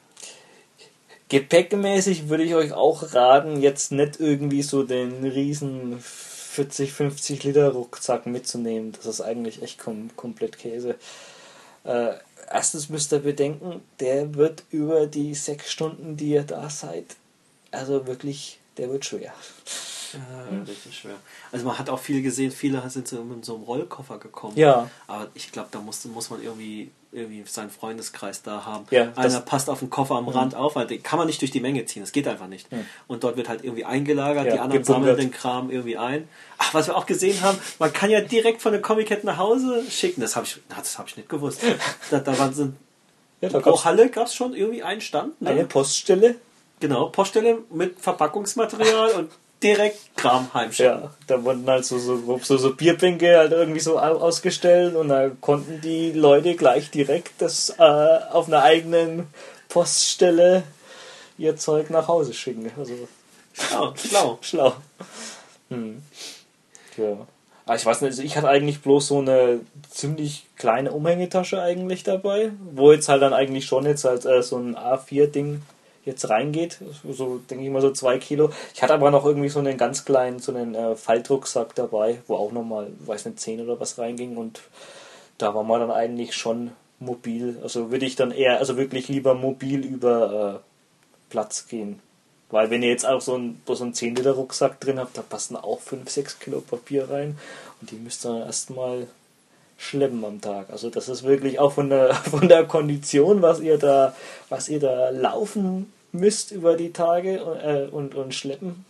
gepäckmäßig würde ich euch auch raten, jetzt nicht irgendwie so den riesen vierzig, fünfzig Liter Rucksack mitzunehmen. Das ist eigentlich echt kom- komplett Käse. Äh, erstens müsst ihr bedenken, der wird über die sechs Stunden, die ihr da seid, also wirklich, der wird schwer. Ja, hm. richtig schwer. Also man hat auch viel gesehen, viele sind so in so einem Rollkoffer gekommen. Ja. Aber ich glaube, da muss, muss man irgendwie, irgendwie seinen Freundeskreis da haben. Ja, einer passt auf den Koffer am Rand hm. auf, weil den kann man nicht durch die Menge ziehen, das geht einfach nicht. Hm. Und dort wird halt irgendwie eingelagert, ja, die anderen sammeln den Kram irgendwie ein. Ach, was wir auch gesehen haben, man kann ja direkt von der Comic-Cat nach Hause schicken, das habe ich, das hab ich nicht gewusst. Da, da waren so, ja, da pro Halle gab es schon irgendwie einen Stand. Ne? Eine Poststelle. Genau, Poststelle mit Verpackungsmaterial und direkt Kram heimschicken. Ja, da wurden halt so, so, so, so Bierbänke halt irgendwie so ausgestellt und da konnten die Leute gleich direkt das äh, auf einer eigenen Poststelle ihr Zeug nach Hause schicken. Also schlau, schlau. schlau. Hm. Ja. Aber ich weiß nicht, also ich hatte eigentlich bloß so eine ziemlich kleine Umhängetasche eigentlich dabei, wo jetzt halt dann eigentlich schon jetzt halt äh, so ein A vier Ding jetzt reingeht, so denke ich mal so zwei Kilo. Ich hatte aber noch irgendwie so einen ganz kleinen, so einen äh, Faltrucksack dabei, wo auch nochmal, weiß nicht, zehn oder was reinging und da war man dann eigentlich schon mobil. Also würde ich dann eher, also wirklich lieber mobil über äh, Platz gehen. Weil wenn ihr jetzt auch so ein, so einen zehn Liter Rucksack drin habt, da passen auch fünf, sechs Kilo Papier rein und die müsst ihr dann erstmal schleppen am Tag. Also das ist wirklich auch von der, von der Kondition, was ihr da, was ihr da laufen müsst über die Tage äh, und, und schleppen.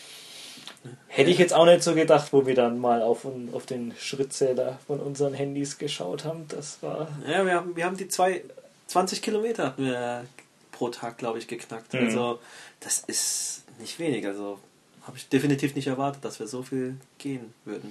Hätte ich jetzt auch nicht so gedacht, wo wir dann mal auf, auf den Schrittzähler von unseren Handys geschaut haben. Das war... Ja, wir haben, wir haben die zwei, zwanzig Kilometer hatten wir pro Tag, glaube ich, geknackt. Mhm. Also das ist nicht wenig. Also habe ich definitiv nicht erwartet, dass wir so viel gehen würden.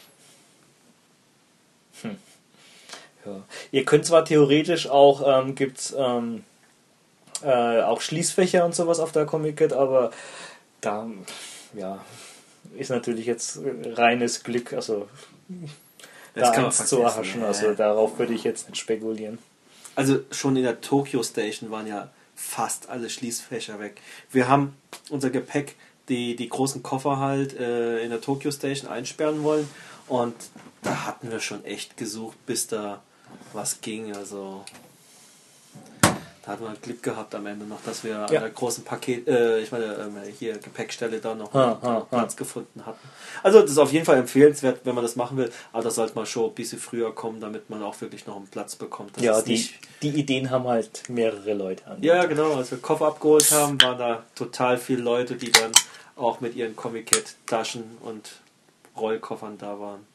Hm. Ja. Ihr könnt zwar theoretisch auch, ähm, gibt's ähm, äh, auch Schließfächer und sowas auf der Comic-Cat, aber da ja, ist natürlich jetzt reines Glück, also das da eins zu erhaschen, ja. Also darauf würde ich jetzt nicht spekulieren. Also schon in der Tokyo Station waren ja fast alle Schließfächer weg. Wir haben unser Gepäck, die, die großen Koffer halt äh, in der Tokyo Station einsperren wollen und da hatten wir schon echt gesucht, bis da was ging, also da hatten wir Glück gehabt am Ende noch, dass wir ja. an der großen Paket, äh, ich meine, äh, hier Gepäckstelle da noch ha, ha, Platz ha. gefunden hatten. Also das ist auf jeden Fall empfehlenswert, wenn man das machen will, aber da sollte man schon ein bisschen früher kommen, damit man auch wirklich noch einen Platz bekommt. Das ja, die, nicht die Ideen haben halt mehrere Leute an. Ja, genau, als wir Koffer abgeholt haben, waren da total viele Leute, die dann auch mit ihren Comic-Cat-Taschen und Rollkoffern da waren.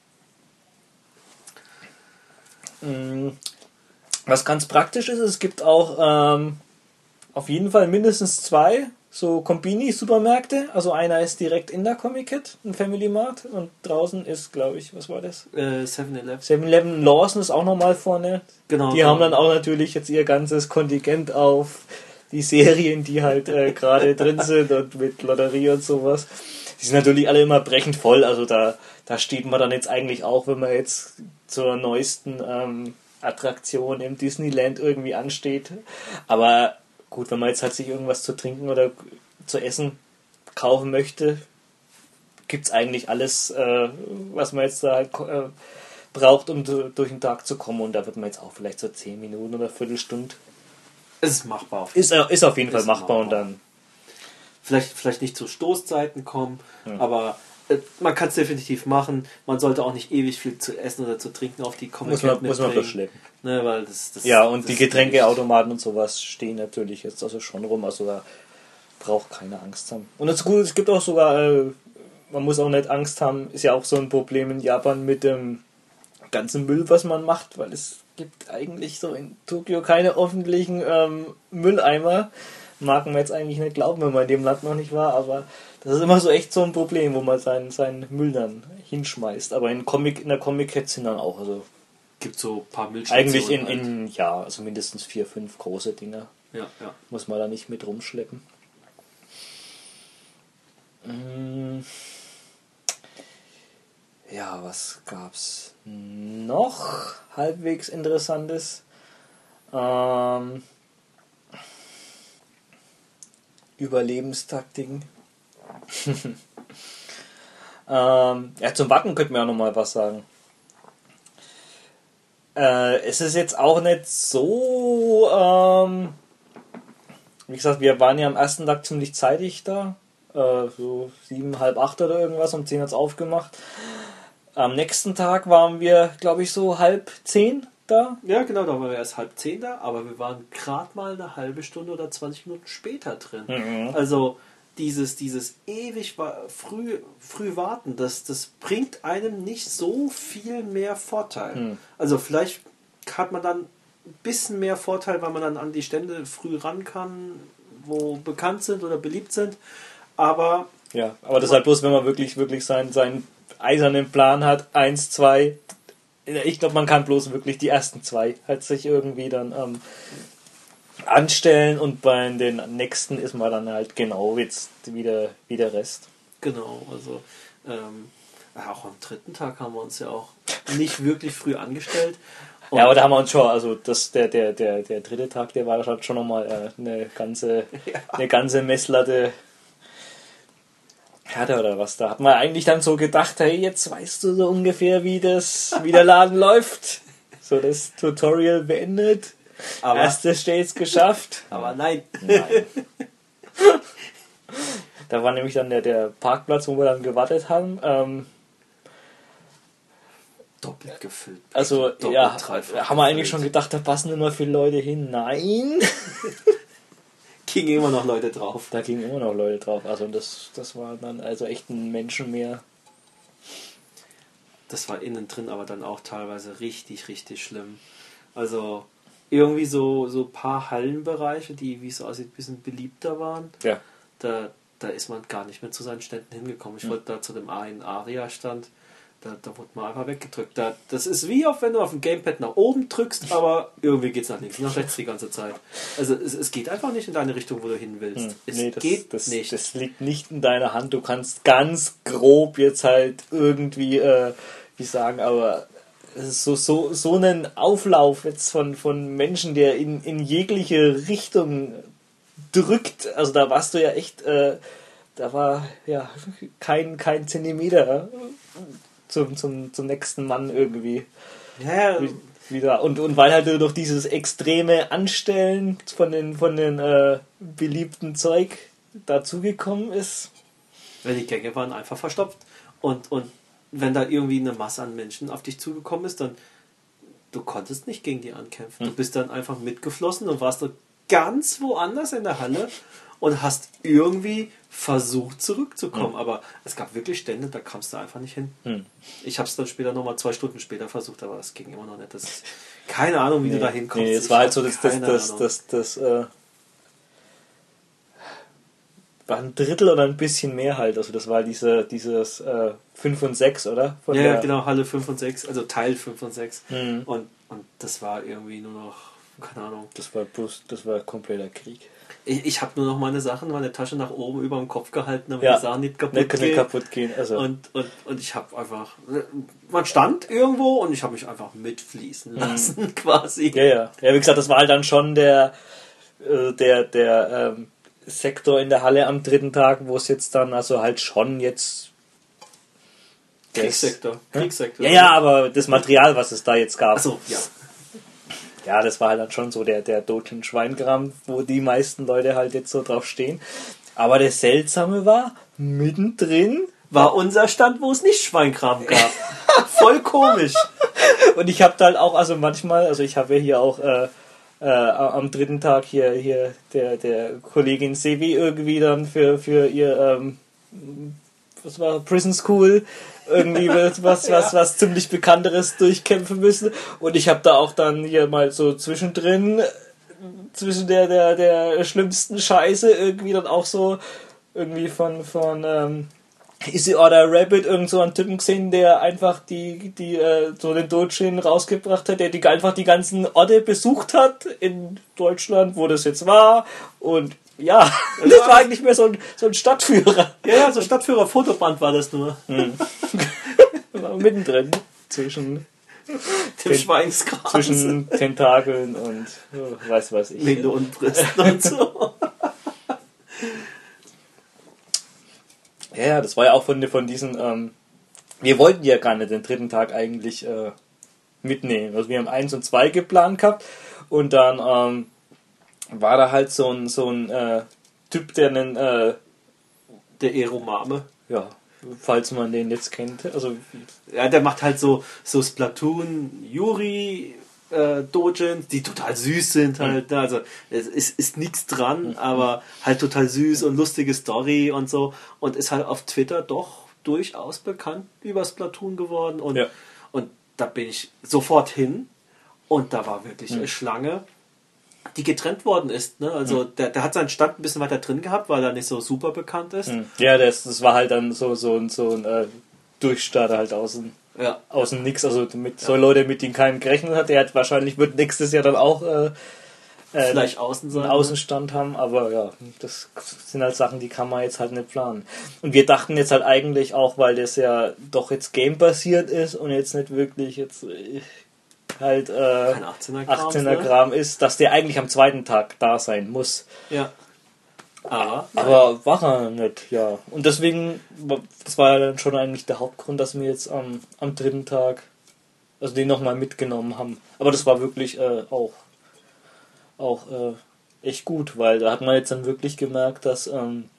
Was ganz praktisch ist, es gibt auch ähm, auf jeden Fall mindestens zwei so Kombini-Supermärkte. Also einer ist direkt in der Comic-Con, ein Family Mart, und draußen ist, glaube ich, was war das? Äh, seven eleven. seven eleven. Lawson ist auch nochmal vorne. Genau. Die genau. haben dann auch natürlich jetzt ihr ganzes Kontingent auf die Serien, die halt äh, gerade drin sind, und mit Lotterie und sowas. Die sind natürlich alle immer brechend voll. Also da, da steht man dann jetzt eigentlich auch, wenn man jetzt zur neuesten ähm, Attraktion im Disneyland irgendwie ansteht. Aber gut, wenn man jetzt halt sich irgendwas zu trinken oder zu essen kaufen möchte, gibt es eigentlich alles, äh, was man jetzt da halt äh, braucht, um du, durch den Tag zu kommen. Und da wird man jetzt auch vielleicht so zehn Minuten oder Viertelstunde. Es ist machbar. Auf Ist, ist auf jeden Fall machbar, machbar und dann. Vielleicht, vielleicht nicht zu Stoßzeiten kommen, Hm. aber äh, man kann es definitiv machen. Man sollte auch nicht ewig viel zu essen oder zu trinken auf die Muss man, Comic-Con muss man mitbringen. verschleppen. Ne, weil das, das, Ja, und das die ist Getränkeautomaten und sowas stehen natürlich jetzt also schon rum. Also da braucht keine Angst haben. Und es ist gut, es gibt auch sogar, äh, man muss auch nicht Angst haben, ist ja auch so ein Problem in Japan mit dem ganzen Müll, was man macht, weil es gibt eigentlich so in Tokio keine öffentlichen ähm, Mülleimer. Mag man jetzt eigentlich nicht glauben, wenn man in dem Land noch nicht war, aber das ist immer so echt so ein Problem, wo man seinen, seinen Müll dann hinschmeißt. Aber in, Comic, in der Comic-Con sind dann auch, also gibt so ein paar Müllstationen. eigentlich in, halt. in, ja, also mindestens vier, fünf große Dinger. Ja, ja. Muss man da nicht mit rumschleppen. Mm. Ja, was gab's noch halbwegs Interessantes? Ähm, Überlebenstaktiken. ähm, ja, zum Warten könnten wir auch noch mal was sagen. Äh, es ist jetzt auch nicht so, ähm, wie gesagt, wir waren ja am ersten Tag ziemlich zeitig da, äh, so sieben, halb acht oder irgendwas, um zehn hat es aufgemacht. Am nächsten Tag waren wir, glaube ich, so halb zehn da. Ja, genau, da waren wir erst halb zehn da, aber wir waren gerade mal eine halbe Stunde oder zwanzig Minuten später drin. Mhm. Also dieses, dieses ewig wa- früh, früh warten, das, das bringt einem nicht so viel mehr Vorteil. Mhm. Also vielleicht hat man dann ein bisschen mehr Vorteil, weil man dann an die Stände früh ran kann, wo bekannt sind oder beliebt sind, aber Ja, aber das ist halt bloß, wenn man wirklich, wirklich seinen, seinen eisernen Plan hat, eins, zwei. Ich glaube, man kann bloß wirklich die ersten zwei halt sich irgendwie dann ähm, anstellen, und bei den nächsten ist man dann halt genau jetzt wieder wie der Rest. genau, also ähm, auch am dritten Tag haben wir uns ja auch nicht wirklich früh angestellt. Und Ja, aber da haben wir uns schon, also das, der, der, der, der dritte Tag, der war halt schon nochmal äh, eine ganze, Ja. eine ganze Messlatte härter oder was. Da hat man eigentlich dann so gedacht, hey, jetzt weißt du so ungefähr, wie das, wie der Laden läuft. So das Tutorial beendet. Aber- Erste States geschafft. aber nein, Nein. Da war nämlich dann der, der Parkplatz, wo wir dann gewartet haben. Ähm, doppelt gefüllt. also, Doppelt, ja, dreifach haben wir eigentlich schon gefüllt. gedacht, da passen immer viele Leute hin. Nein! Gingen immer noch Leute drauf. Da gingen immer noch Leute drauf. Also das, das war dann also echt ein Menschenmeer. Das war innen drin aber dann auch teilweise richtig, richtig schlimm. Also irgendwie so so ein paar Hallenbereiche, die, wie es so aussieht, ein bisschen beliebter waren. Ja. Da, da ist man gar nicht mehr zu seinen Ständen hingekommen. Ich Hm. wollte da zu dem einen Aria-Stand, da, da wurde man einfach weggedrückt. Da, das ist wie, auf, wenn du auf dem Gamepad nach oben drückst, aber irgendwie geht es nach links und nach rechts die ganze Zeit. Also es, es geht einfach nicht in deine Richtung, wo du hin willst. Hm. Es Nee, das, geht das, nicht. das liegt nicht in deiner Hand. Du kannst ganz grob jetzt halt irgendwie, äh, wie sagen, aber es ist so, so, so einen Auflauf jetzt von, von Menschen, der in, in jegliche Richtung drückt. Also da warst du ja echt, äh, da war ja kein, kein Zentimeter zum, zum, zum nächsten Mann irgendwie ja, wie- wieder. Und, und weil halt durch dieses extreme Anstellen von den, von den äh, beliebten Zeug dazugekommen ist. weil die Gänge waren einfach verstopft. Und, und wenn da irgendwie eine Masse an Menschen auf dich zugekommen ist, dann du konntest nicht gegen die ankämpfen. Du Hm. bist dann einfach mitgeflossen und warst du ganz woanders in der Halle und hast irgendwie versucht zurückzukommen. Hm. Aber es gab wirklich Stände, da kamst du einfach nicht hin. Hm. Ich habe es dann später nochmal zwei Stunden später versucht, aber es ging immer noch nicht. Das ist, keine Ahnung, wie du da hinkommst. Nee, es Ich war halt hab so das, das, keine das, Ahnung. das, das, äh, war ein Drittel oder ein bisschen mehr halt. Also das war diese, dieses äh, fünf und sechs, oder? Von ja, der genau, Halle fünf und sechs, also Teil fünf und sechs. Mhm. Und, und das war irgendwie nur noch, keine Ahnung. Das war bloß, das war kompletter Krieg. Ich, ich habe nur noch meine Sachen, meine Tasche nach oben über dem Kopf gehalten, damit ja, die Sachen nicht kaputt nicht gehen. kaputt gehen. Also. Und, und, und ich habe einfach, man stand irgendwo und ich habe mich einfach mitfließen lassen, mhm. quasi. Ja, ja. Ja, wie gesagt, das war halt dann schon der, äh, der, der ähm, Sektor in der Halle am dritten Tag, wo es jetzt dann also halt schon jetzt... Kriegssektor. Das, Kriegssektor. Ja, ja, aber das Material, was es da jetzt gab. Achso, ja. Ja, das war halt dann schon so der, der Doujin-Schweinkram, wo die meisten Leute halt jetzt so drauf stehen. Aber das Seltsame war, mittendrin... war unser Stand, wo es nicht Schweinkram gab. Voll komisch. Und ich habe da halt auch, also manchmal, also ich habe ja hier auch äh, äh, am dritten Tag hier, hier der, der Kollegin Sevi irgendwie dann für, für ihr, ähm, was war, Prison School, irgendwie was, was, ja. was, was ziemlich Bekannteres durchkämpfen müssen. Und ich habe da auch dann hier mal so zwischendrin, zwischen der, der, der schlimmsten Scheiße irgendwie dann auch so irgendwie von, von, ähm, Easy Order Rabbit irgend so einen Typen gesehen, der einfach die, die, äh, so den Doujin rausgebracht hat, der die einfach die ganzen Orte besucht hat in Deutschland, wo das jetzt war. Und ja, das war eigentlich mehr so ein, so ein Stadtführer. Ja, ja, so ein Stadtführer-Fotoband war das nur. Hm. Mittendrin. Zwischen dem Schweinsgras. Zwischen Tentakeln und oh, weiß was ich. Melonenbrüsten und so. Ja, das war ja auch von, von diesen, ähm, wir wollten ja gar nicht den dritten Tag eigentlich äh, mitnehmen. Also wir haben eins und zwei geplant gehabt und dann ähm, war da halt so ein, so ein äh, Typ, der einen, äh, der Eromame. Ja, falls man den jetzt kennt. Also, ja, der macht halt so, so Splatoon, Yuri, äh, Doujins, die total süß sind halt. Mhm. Also es ist, ist nichts dran, mhm. aber halt total süß und lustige Story und so. Und ist halt auf Twitter doch durchaus bekannt über Splatoon geworden. Und, ja. und da bin ich sofort hin. Und da war wirklich mhm. eine Schlange, die getrennt worden ist. Ne? Also mhm. der, der hat seinen Stand ein bisschen weiter drin gehabt, weil er nicht so super bekannt ist. Mhm. Ja, das, das war halt dann so, so, so ein äh, Durchstarter halt außen. Ja. Aus dem Nix, also mit ja. so Leute, mit denen keinen gerechnet hat, der hat wahrscheinlich wird nächstes Jahr dann auch äh, vielleicht außen sein, einen Außenstand haben, aber ja, das sind halt Sachen, die kann man jetzt halt nicht planen. Und wir dachten jetzt halt eigentlich auch, weil das ja doch jetzt Game-basiert ist und jetzt nicht wirklich jetzt halt äh, Kein achtzehner Gramm, achtzehner Gramm ist, dass der eigentlich am zweiten Tag da sein muss. Ja. Aber, aber war er nicht, ja. Und deswegen, das war ja dann schon eigentlich der Hauptgrund, dass wir jetzt am, am dritten Tag, also den nochmal mitgenommen haben. Aber das war wirklich äh, auch, auch äh, echt gut, weil da hat man jetzt dann wirklich gemerkt, dass ähm,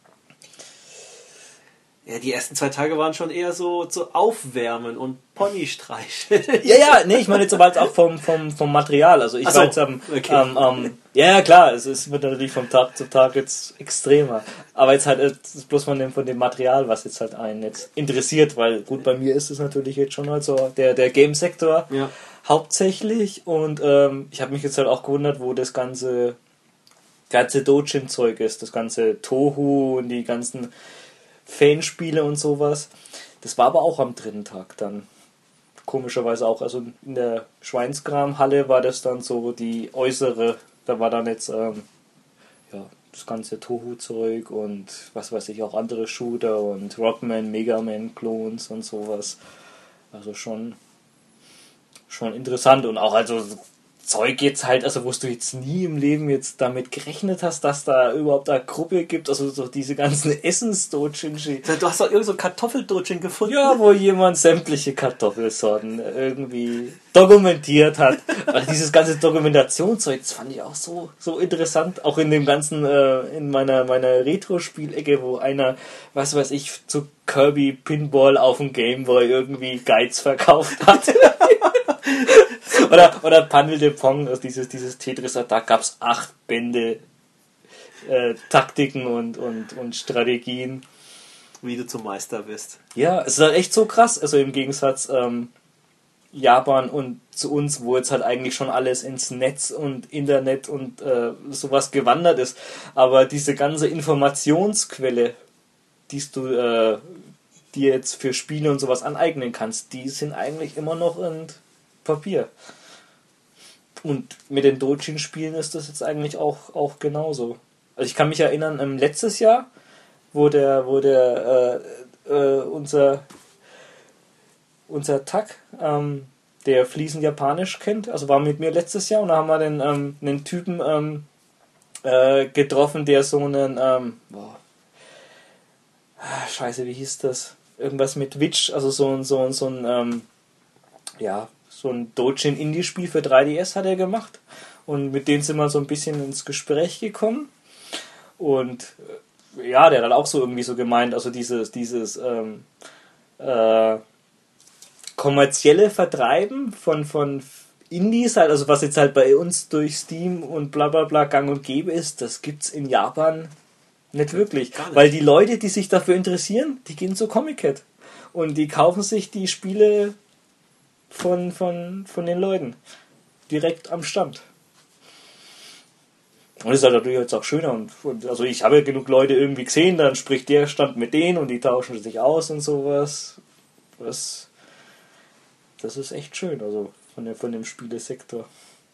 ja, die ersten zwei Tage waren schon eher so zu Aufwärmen und Pony streicheln. Ja, ja, nee, ich meine jetzt aber jetzt auch vom, vom, vom Material. Also ich so, war jetzt am, okay. am, am ja, ja klar, es, es wird natürlich vom Tag zu Tag jetzt extremer. Aber jetzt halt es ist bloß von dem, von dem Material, was jetzt halt einen jetzt interessiert, weil gut, bei mir ist es natürlich jetzt schon halt so der, der Game-Sektor ja. hauptsächlich und ähm, ich habe mich jetzt halt auch gewundert, wo das ganze ganze Doujin-Zeug ist, das ganze Tohu und die ganzen Fanspiele und sowas. Das war aber auch am dritten Tag dann. Komischerweise auch. Also in der Schweinsgram-Halle war das dann so die äußere, da war dann jetzt ähm, ja, das ganze Tohu-Zeug und was weiß ich, auch andere Shooter und Rockman, Megaman-Clones und sowas. Also schon schon interessant und auch also Zeug jetzt halt, also wo du jetzt nie im Leben jetzt damit gerechnet hast, dass da überhaupt eine Gruppe gibt, also so diese ganzen Essens-Doujin. Du hast doch irgend so Kartoffel-Doujin gefunden. Ja, wo jemand sämtliche Kartoffelsorten irgendwie dokumentiert hat. Also dieses ganze Dokumentationszeug, das fand ich auch so, so interessant, auch in dem ganzen, äh, in meiner, meiner Retro-Spielecke, wo einer, was weiß ich, zu Kirby Pinball auf dem Gameboy irgendwie Guides verkauft hat. Oder, oder Panel de Pong, also dieses, dieses Tetris, da gab es acht Bände äh, Taktiken und, und, und Strategien. Wie du zum Meister bist. Ja, es ist halt echt so krass, also im Gegensatz, ähm, Japan und zu uns, wo jetzt halt eigentlich schon alles ins Netz und Internet und äh, sowas gewandert ist. Aber diese ganze Informationsquelle, die du äh, dir jetzt für Spiele und sowas aneignen kannst, die sind eigentlich immer noch in Papier. Und mit den Doujin-Spielen ist das jetzt eigentlich auch, auch genauso. Also ich kann mich erinnern, ähm, letztes Jahr, wo der, wo der äh, äh, unser unser Tak, ähm, der fließend Japanisch kennt, also war mit mir letztes Jahr und da haben wir den, ähm, einen Typen ähm, äh, getroffen, der so einen ähm, boah, scheiße, wie hieß das? Irgendwas mit Witch, also so ein so ein so ein ähm, ja, so ein Doujin-Indie-Spiel für drei D S hat er gemacht und mit denen sind wir so ein bisschen ins Gespräch gekommen und äh, ja, der hat auch so irgendwie so gemeint, also dieses dieses ähm, äh, kommerzielle Vertreiben von, von Indies, halt, also was jetzt halt bei uns durch Steam und bla bla bla gang und gäbe ist, das gibt's in Japan nicht wirklich. Nicht. Weil die Leute, die sich dafür interessieren, die gehen zu Comic-Cat und die kaufen sich die Spiele von, von, von den Leuten direkt am Stand. Und das ist halt natürlich jetzt auch schöner und, und also ich habe ja genug Leute irgendwie gesehen, dann spricht der Stand mit denen und die tauschen sich aus und sowas. Was Das ist echt schön, also von, der, von dem Spielesektor.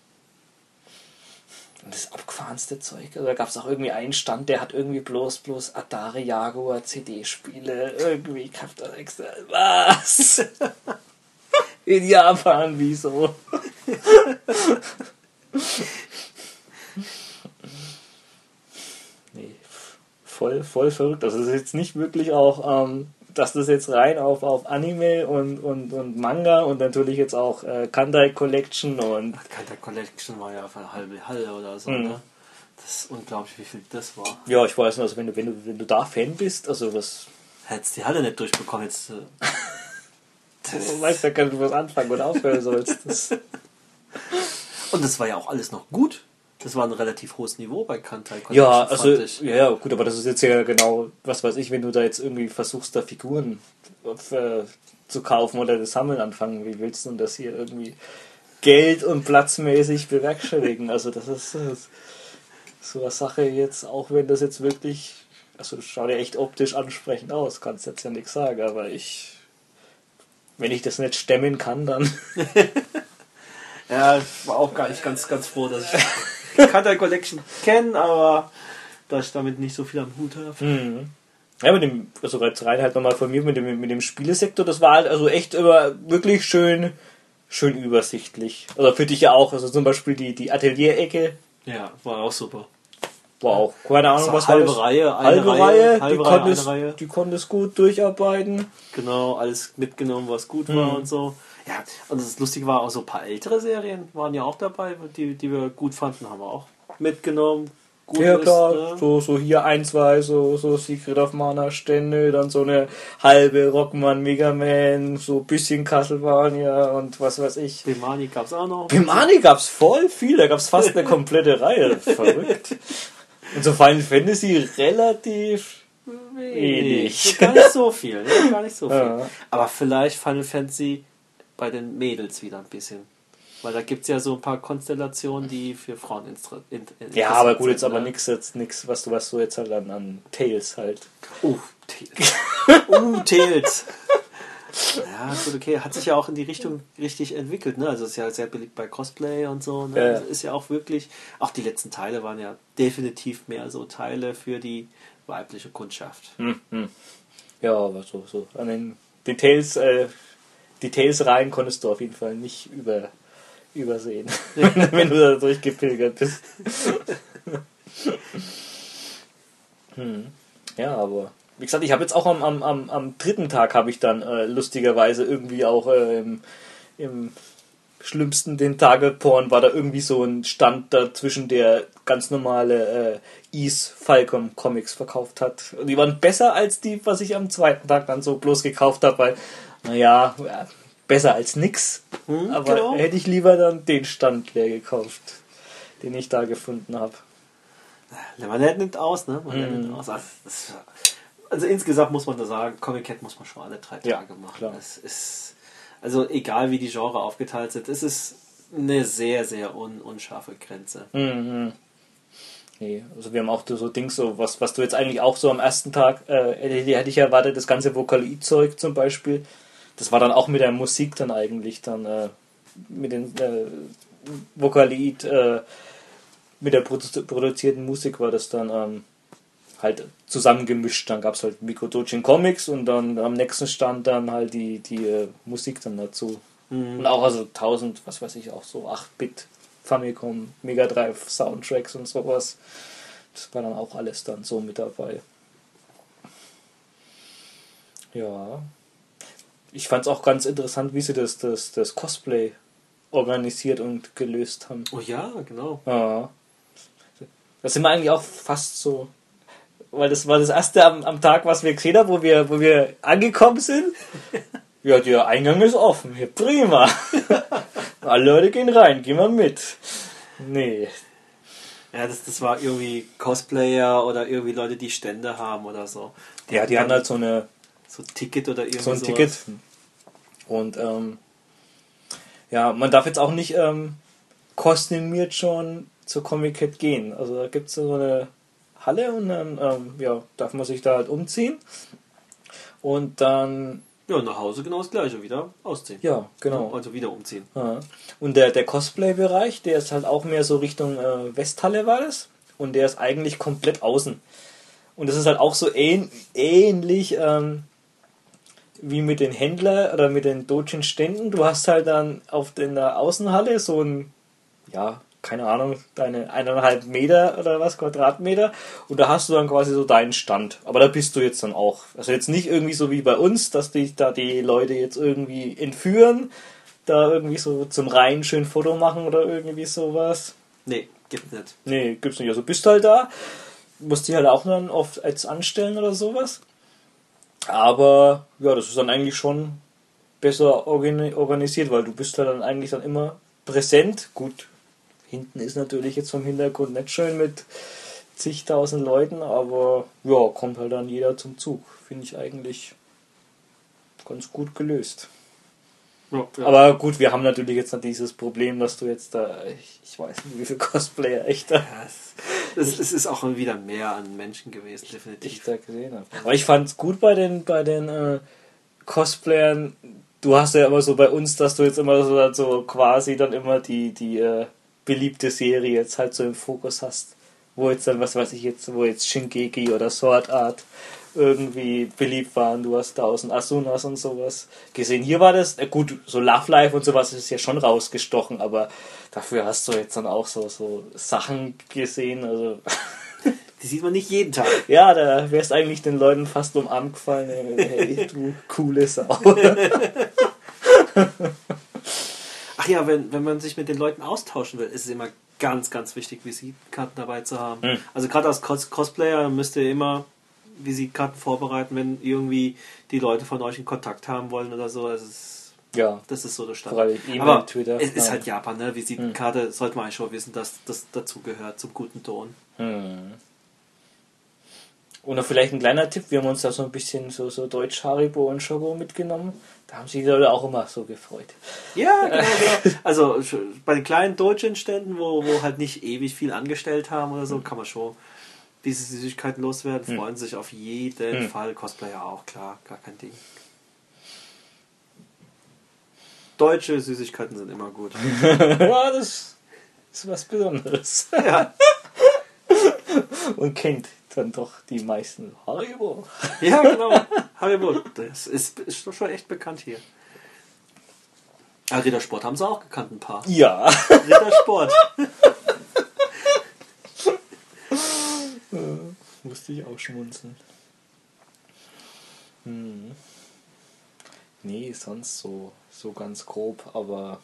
Und das abgefahrenste Zeug. Also da gab es auch irgendwie einen Stand, der hat irgendwie bloß bloß Atari Jaguar C D-Spiele irgendwie gehabt. Extra. Was? In Japan, wieso? Nee, voll, voll verrückt. Also das ist jetzt nicht wirklich auch... Ähm, dass das jetzt rein auf, auf Anime und, und, und Manga und natürlich jetzt auch äh, Kandai Collection und... Ach, Kandai Collection war ja auf eine halbe Halle oder so, mhm. ne? Das ist unglaublich, wie viel das war. Ja, ich weiß nicht, also wenn du, wenn du, wenn du da Fan bist, also was... Hättest die Halle nicht durchbekommen, jetzt... Äh, du weißt ja gar nicht, was anfangen und aufhören sollst. Das. Und das war ja auch alles noch gut. Das war ein relativ hohes Niveau bei Kandai Collection. Ja, also, ja, gut, aber das ist jetzt ja genau, was weiß ich, wenn du da jetzt irgendwie versuchst, da Figuren äh, zu kaufen oder das Sammeln anfangen, wie willst du denn das hier irgendwie Geld- und platzmäßig bewerkstelligen? Also, das ist, das ist so eine Sache jetzt, auch wenn das jetzt wirklich, also, das schaut ja echt optisch ansprechend aus, kannst jetzt ja nichts sagen, aber ich, wenn ich das nicht stemmen kann, dann. Ja, ich war auch gar nicht ganz, ganz froh, dass ich Kandai Collection kenne, aber dass ich damit nicht so viel am Hut habe. Mhm. Ja, mit dem, also jetzt rein halt nochmal von mir mit dem, mit dem Spielesektor, das war halt also echt immer wirklich schön, schön übersichtlich. Also für dich ja auch, also zum Beispiel die, die Atelier-Ecke. Ja, war auch super. War auch, keine Ahnung, was halbe war das? Reihe, eine halbe Reihe, Reihe, halbe die, Reihe, konntest, eine Reihe. die konntest gut durcharbeiten. Genau, alles mitgenommen, was gut Mhm. war und so. Ja, und das Lustige war auch so ein paar ältere Serien waren ja auch dabei, die, die wir gut fanden, haben wir auch mitgenommen. Gut ja ist, klar, ne? so, so hier ein, zwei, so, so Secret of Mana Stände, dann so eine halbe Rockman Mega Man, so ein bisschen Castlevania und was weiß ich. Bimani gab's auch noch. Bimani gab's voll viel, da gab's fast eine komplette Reihe. Verrückt. Und so Final Fantasy relativ wenig. Gar nicht so viel, ne? Gar nicht so viel. Ja. Aber vielleicht Final Fantasy bei den Mädels wieder ein bisschen. Weil da gibt es ja so ein paar Konstellationen, die für Frauen interessieren. Ja, aber gut, jetzt aber nichts, jetzt nix, was du was du jetzt halt an, an Tales halt. Oh, Tales. uh, Tales. Ja, gut, okay. Hat sich ja auch in die Richtung richtig entwickelt, ne? Also ist ja sehr beliebt bei Cosplay und so, ne? Ja. Also ist ja auch wirklich, auch die letzten Teile waren ja definitiv mehr so Teile für die weibliche Kundschaft. Hm, hm. Ja, aber so, so. An den, den Tales, äh, die Tales-Reihen konntest du auf jeden Fall nicht über, übersehen, wenn du da durchgepilgert bist. hm. Ja, aber wie gesagt, ich habe jetzt auch am, am, am, am dritten Tag habe ich dann äh, lustigerweise irgendwie auch äh, im, im schlimmsten den Target-Porn war da irgendwie so ein Stand dazwischen, der ganz normale äh, Ease Falcom Comics verkauft hat. Und die waren besser als die, was ich am zweiten Tag dann so bloß gekauft habe, weil, naja, ja, besser als nix. Hm, aber genau. Hätte ich lieber dann den Stand leer gekauft, den ich da gefunden habe. Man lernt nicht aus, ne? Man lernt nicht aus. Also, das, also insgesamt muss man da sagen, Comic Cat muss man schon alle drei Tage ja, machen. Klar. Es ist, also egal wie die Genre aufgeteilt sind, es ist eine sehr, sehr un unscharfe Grenze. Mhm. Nee, also wir haben auch so Dings, so was, was du jetzt eigentlich auch so am ersten Tag, äh, hätte hätte ich erwartet, das ganze Vokaloid-Zeug zum Beispiel, das war dann auch mit der Musik dann eigentlich dann, äh, mit den äh, Vokaloid, äh, mit der produ produzierten Musik war das dann ähm, halt zusammengemischt. Dann gab es halt Mikrotochin Comics und dann am nächsten stand dann halt die, die äh, Musik dann dazu. Mhm. Und auch also tausend, was weiß ich, auch so acht Bit Famicom, Mega Drive Soundtracks und sowas. Das war dann auch alles dann so mit dabei. Ja. Ich fand es auch ganz interessant, wie sie das, das, das Cosplay organisiert und gelöst haben. Oh ja, genau. Ja. Das sind wir eigentlich auch fast so. Weil das war das erste am, am Tag, was wir gesehen haben, wo wir, wo wir angekommen sind. Ja, der Eingang ist offen. Ja, prima. Alle Leute gehen rein, gehen wir mit. Nee. Ja, das, das war irgendwie Cosplayer oder irgendwie Leute, die Stände haben oder so. Ja, die hatten halt so eine so ein Ticket oder irgendwie so ein sowas. Ticket. Und ähm, ja, man darf jetzt auch nicht ähm, kostümiert schon zur Comic-Con gehen. Also da gibt es so eine Halle und dann ähm, ja, darf man sich da halt umziehen. Und dann... Ja, nach Hause genau das gleiche, wieder ausziehen. Ja, genau. Also wieder umziehen. Ja. Und der, der Cosplay-Bereich, der ist halt auch mehr so Richtung äh, Westhalle war das. Und der ist eigentlich komplett außen. Und das ist halt auch so ähn ähnlich ähm, wie mit den Händlern oder mit den Dojin-Ständen. Du hast halt dann auf der Außenhalle so ein, ja, keine Ahnung, deine eineinhalb Meter oder was, Quadratmeter. Und da hast du dann quasi so deinen Stand. Aber da bist du jetzt dann auch. Also jetzt nicht irgendwie so wie bei uns, dass dich da die Leute jetzt irgendwie entführen, da irgendwie so zum Reihen schön Foto machen oder irgendwie sowas. Nee, gibt's nicht. Nee, gibt's nicht. Also bist halt da, musst dich halt auch dann oft als anstellen oder sowas. Aber ja, das ist dann eigentlich schon besser organisiert, weil du bist halt dann eigentlich dann immer präsent. Gut, hinten ist natürlich jetzt vom Hintergrund nicht schön mit zigtausend Leuten, aber ja, kommt halt dann jeder zum Zug. Finde ich eigentlich ganz gut gelöst. Ja, ja. Aber gut, wir haben natürlich jetzt noch dieses Problem, dass du jetzt da, ich, ich weiß nicht, wie viele Cosplayer echt da, Ja, es, es, es ist auch wieder mehr an Menschen gewesen, ich definitiv. da gesehen habe. Aber ich fand es gut bei den, bei den äh, Cosplayern. Du hast ja immer so bei uns, dass du jetzt immer so, so quasi dann immer die, die äh, beliebte Serie jetzt halt so im Fokus hast. Wo jetzt dann, was weiß ich jetzt, wo jetzt Shingeki oder Sword Art irgendwie beliebt waren. Du hast tausend Asunas und sowas gesehen. Hier war das, äh gut, so Love Life und sowas ist ja schon rausgestochen, aber dafür hast du jetzt dann auch so, so Sachen gesehen, also... Die sieht man nicht jeden Tag. Ja, da wärst eigentlich den Leuten fast um Arm gefallen. Hey, du coole Sau. Ach ja, wenn, wenn man sich mit den Leuten austauschen will, ist es immer ganz, ganz wichtig, Visitenkarten dabei zu haben. Mhm. Also gerade als Cos Cosplayer müsst ihr immer Visitenkarten vorbereiten, wenn irgendwie die Leute von euch in Kontakt haben wollen oder so. Das ist, ja, das ist so der Stand. E-Mail, aber Twitter. Es ist ja. halt Japan, ne? Visitenkarte, mhm. sollte man eigentlich schon wissen, dass das dazugehört zum guten Ton. Mhm. Und noch vielleicht ein kleiner Tipp, wir haben uns da so ein bisschen so, so Deutsch Haribo und Schoko mitgenommen. Da haben sich die Leute auch immer so gefreut. Ja, genau, genau. Also bei den kleinen Deutschen-Ständen, wo, wo halt nicht ewig viel angestellt haben oder so, mhm. kann man schon diese Süßigkeiten loswerden. Freuen mhm. sich auf jeden mhm. Fall. Cosplayer auch, klar, gar kein Ding. Deutsche Süßigkeiten sind immer gut. Ja, das ist was Besonderes. Ja. Und kennt dann doch die meisten Haribo. Ja, genau. Haribo, das ist, ist doch schon echt bekannt hier. Ah, Rittersport haben sie auch gekannt, ein paar. Ja. Rittersport. Musste ich auch schmunzeln. Hm. Nee, sonst so, so ganz grob, aber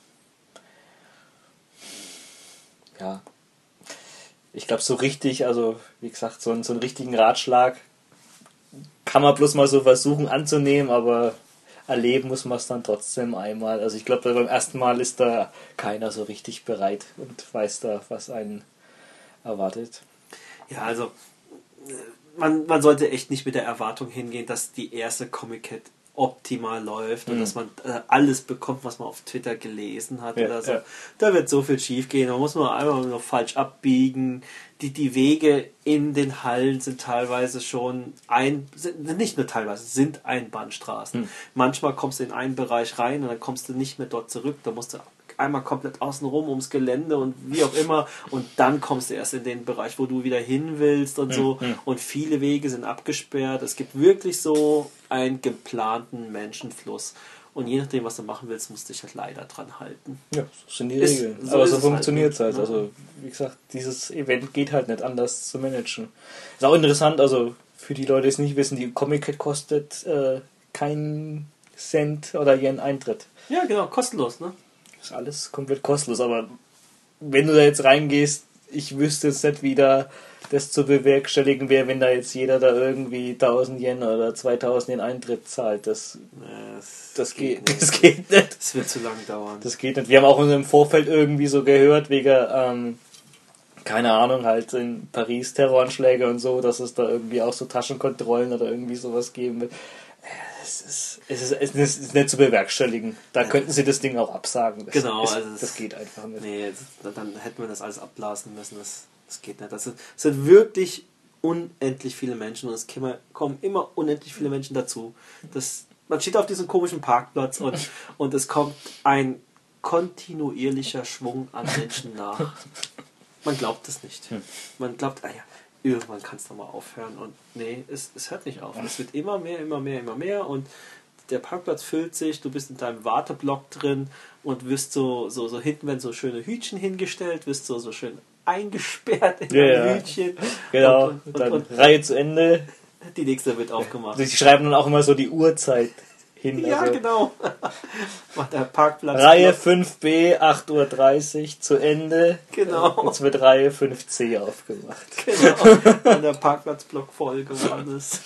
ja. Ich glaube, so richtig, also wie gesagt, so, so einen richtigen Ratschlag kann man bloß mal so versuchen anzunehmen, aber erleben muss man es dann trotzdem einmal. Also ich glaube, beim ersten Mal ist da keiner so richtig bereit und weiß da, was einen erwartet. Ja, also man, man sollte echt nicht mit der Erwartung hingehen, dass die erste Comic-Con optimal läuft und Mhm. dass man äh, alles bekommt, was man auf Twitter gelesen hat Ja, oder so. ja. Da wird so viel schief gehen. Da muss man einmal noch falsch abbiegen. Die, die Wege in den Hallen sind teilweise schon ein, sind, nicht nur teilweise, sind Einbahnstraßen. Mhm. Manchmal kommst du in einen Bereich rein und dann kommst du nicht mehr dort zurück. Da musst du einmal komplett außenrum ums Gelände und wie auch immer und dann kommst du erst in den Bereich, wo du wieder hin willst und so Mhm. und viele Wege sind abgesperrt. Es gibt wirklich so einen geplanten Menschenfluss und je nachdem, was du machen willst, musst du dich halt leider dran halten. Ja, so sind die Ist- Regeln. so Aber ist so es halt, funktioniert es ne? halt. Ja. Also, wie gesagt, dieses Event geht halt nicht anders zu managen. Ist auch interessant, also für die Leute, die es nicht wissen, die Comic-Con kostet äh, keinen Cent oder Yen Eintritt. Ja, genau, kostenlos, ne? Ist alles komplett kostenlos, aber wenn du da jetzt reingehst, ich wüsste jetzt nicht, wie da das zu bewerkstelligen wäre, wenn da jetzt jeder da irgendwie tausend Yen oder zweitausend Yen Eintritt zahlt. Das, Ja, das, das, geht, nicht. das geht nicht. Das wird zu lang dauern. Das geht nicht. Wir haben auch im Vorfeld irgendwie so gehört, wegen, ähm, keine Ahnung, halt in Paris Terroranschläge und so, dass es da irgendwie auch so Taschenkontrollen oder irgendwie sowas geben wird. Es ist, es ist, es ist nicht zu bewerkstelligen. Da könnten sie das Ding auch absagen. Das Genau, ist, also das es- geht einfach nicht. Nee, das, dann hätten wir das alles abblasen müssen. Das, das geht nicht. Das sind, das sind wirklich unendlich viele Menschen und es kommen- kommen immer unendlich viele Menschen dazu. Das, man steht auf diesem komischen Parkplatz und, und es kommt ein kontinuierlicher Schwung an Menschen nach. Man glaubt es nicht. Man glaubt, ah ja, irgendwann kann es doch mal aufhören. Und nee, es, es hört nicht auf. Es wird immer mehr, immer mehr, immer mehr und der Parkplatz füllt sich, du bist in deinem Warteblock drin und wirst so, so, so hinten werden so schöne Hütchen hingestellt, wirst so, so schön eingesperrt in Ja, dein ja. Hütchen. Genau, Und, und, dann und, und Reihe zu Ende. die nächste wird aufgemacht. Sie schreiben dann auch immer so die Uhrzeit hin. Ja, also genau. Macht der Parkplatz. Reihe fünf b, acht Uhr dreißig zu Ende. Genau. Jetzt wird Reihe fünf c aufgemacht. Genau, wenn der Parkplatzblock voll geworden ist.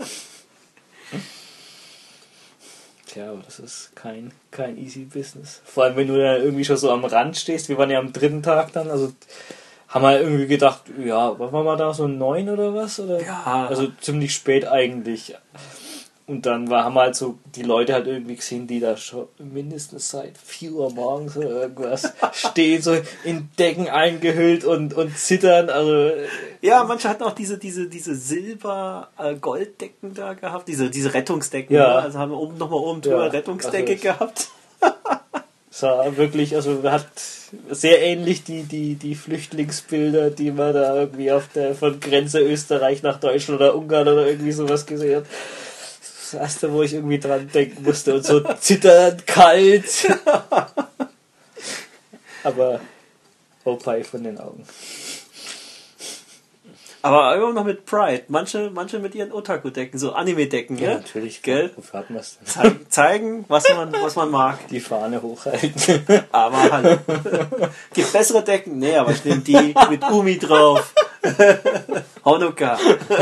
Tja, aber das ist kein, kein easy Business. Vor allem, wenn du da irgendwie schon so am Rand stehst. Wir waren ja am dritten Tag dann, also haben wir irgendwie gedacht, ja, was waren wir da, so neun oder was? Oder? Ja. Also ziemlich spät eigentlich. Und dann war, haben wir halt so die Leute halt irgendwie gesehen, die da schon mindestens seit vier Uhr morgens oder irgendwas stehen, so in Decken eingehüllt und, und zittern. Also Ja, manche hatten auch diese, diese, diese Silber-Golddecken da gehabt, diese, diese Rettungsdecken. Ja. Ne? Also haben wir oben nochmal oben drüber Ja, Rettungsdecke also- gehabt. sah wirklich, also hat sehr ähnlich die, die, die Flüchtlingsbilder, die man da irgendwie auf der von Grenze Österreich nach Deutschland oder Ungarn oder irgendwie sowas gesehen hat. Das erste, wo ich irgendwie dran denken musste und so zitternd kalt. Aber Opie von den Augen. Aber immer noch mit Pride. Manche, manche mit ihren Otaku-Decken, so Anime-Decken, ja? natürlich. Gell? Wofür hat man es denn? Zeig, zeigen, was man, was man mag. Die Fahne hochhalten. Aber hallo. Gibt bessere Decken? Nee, aber ich nehme die mit Umi drauf. Honoka.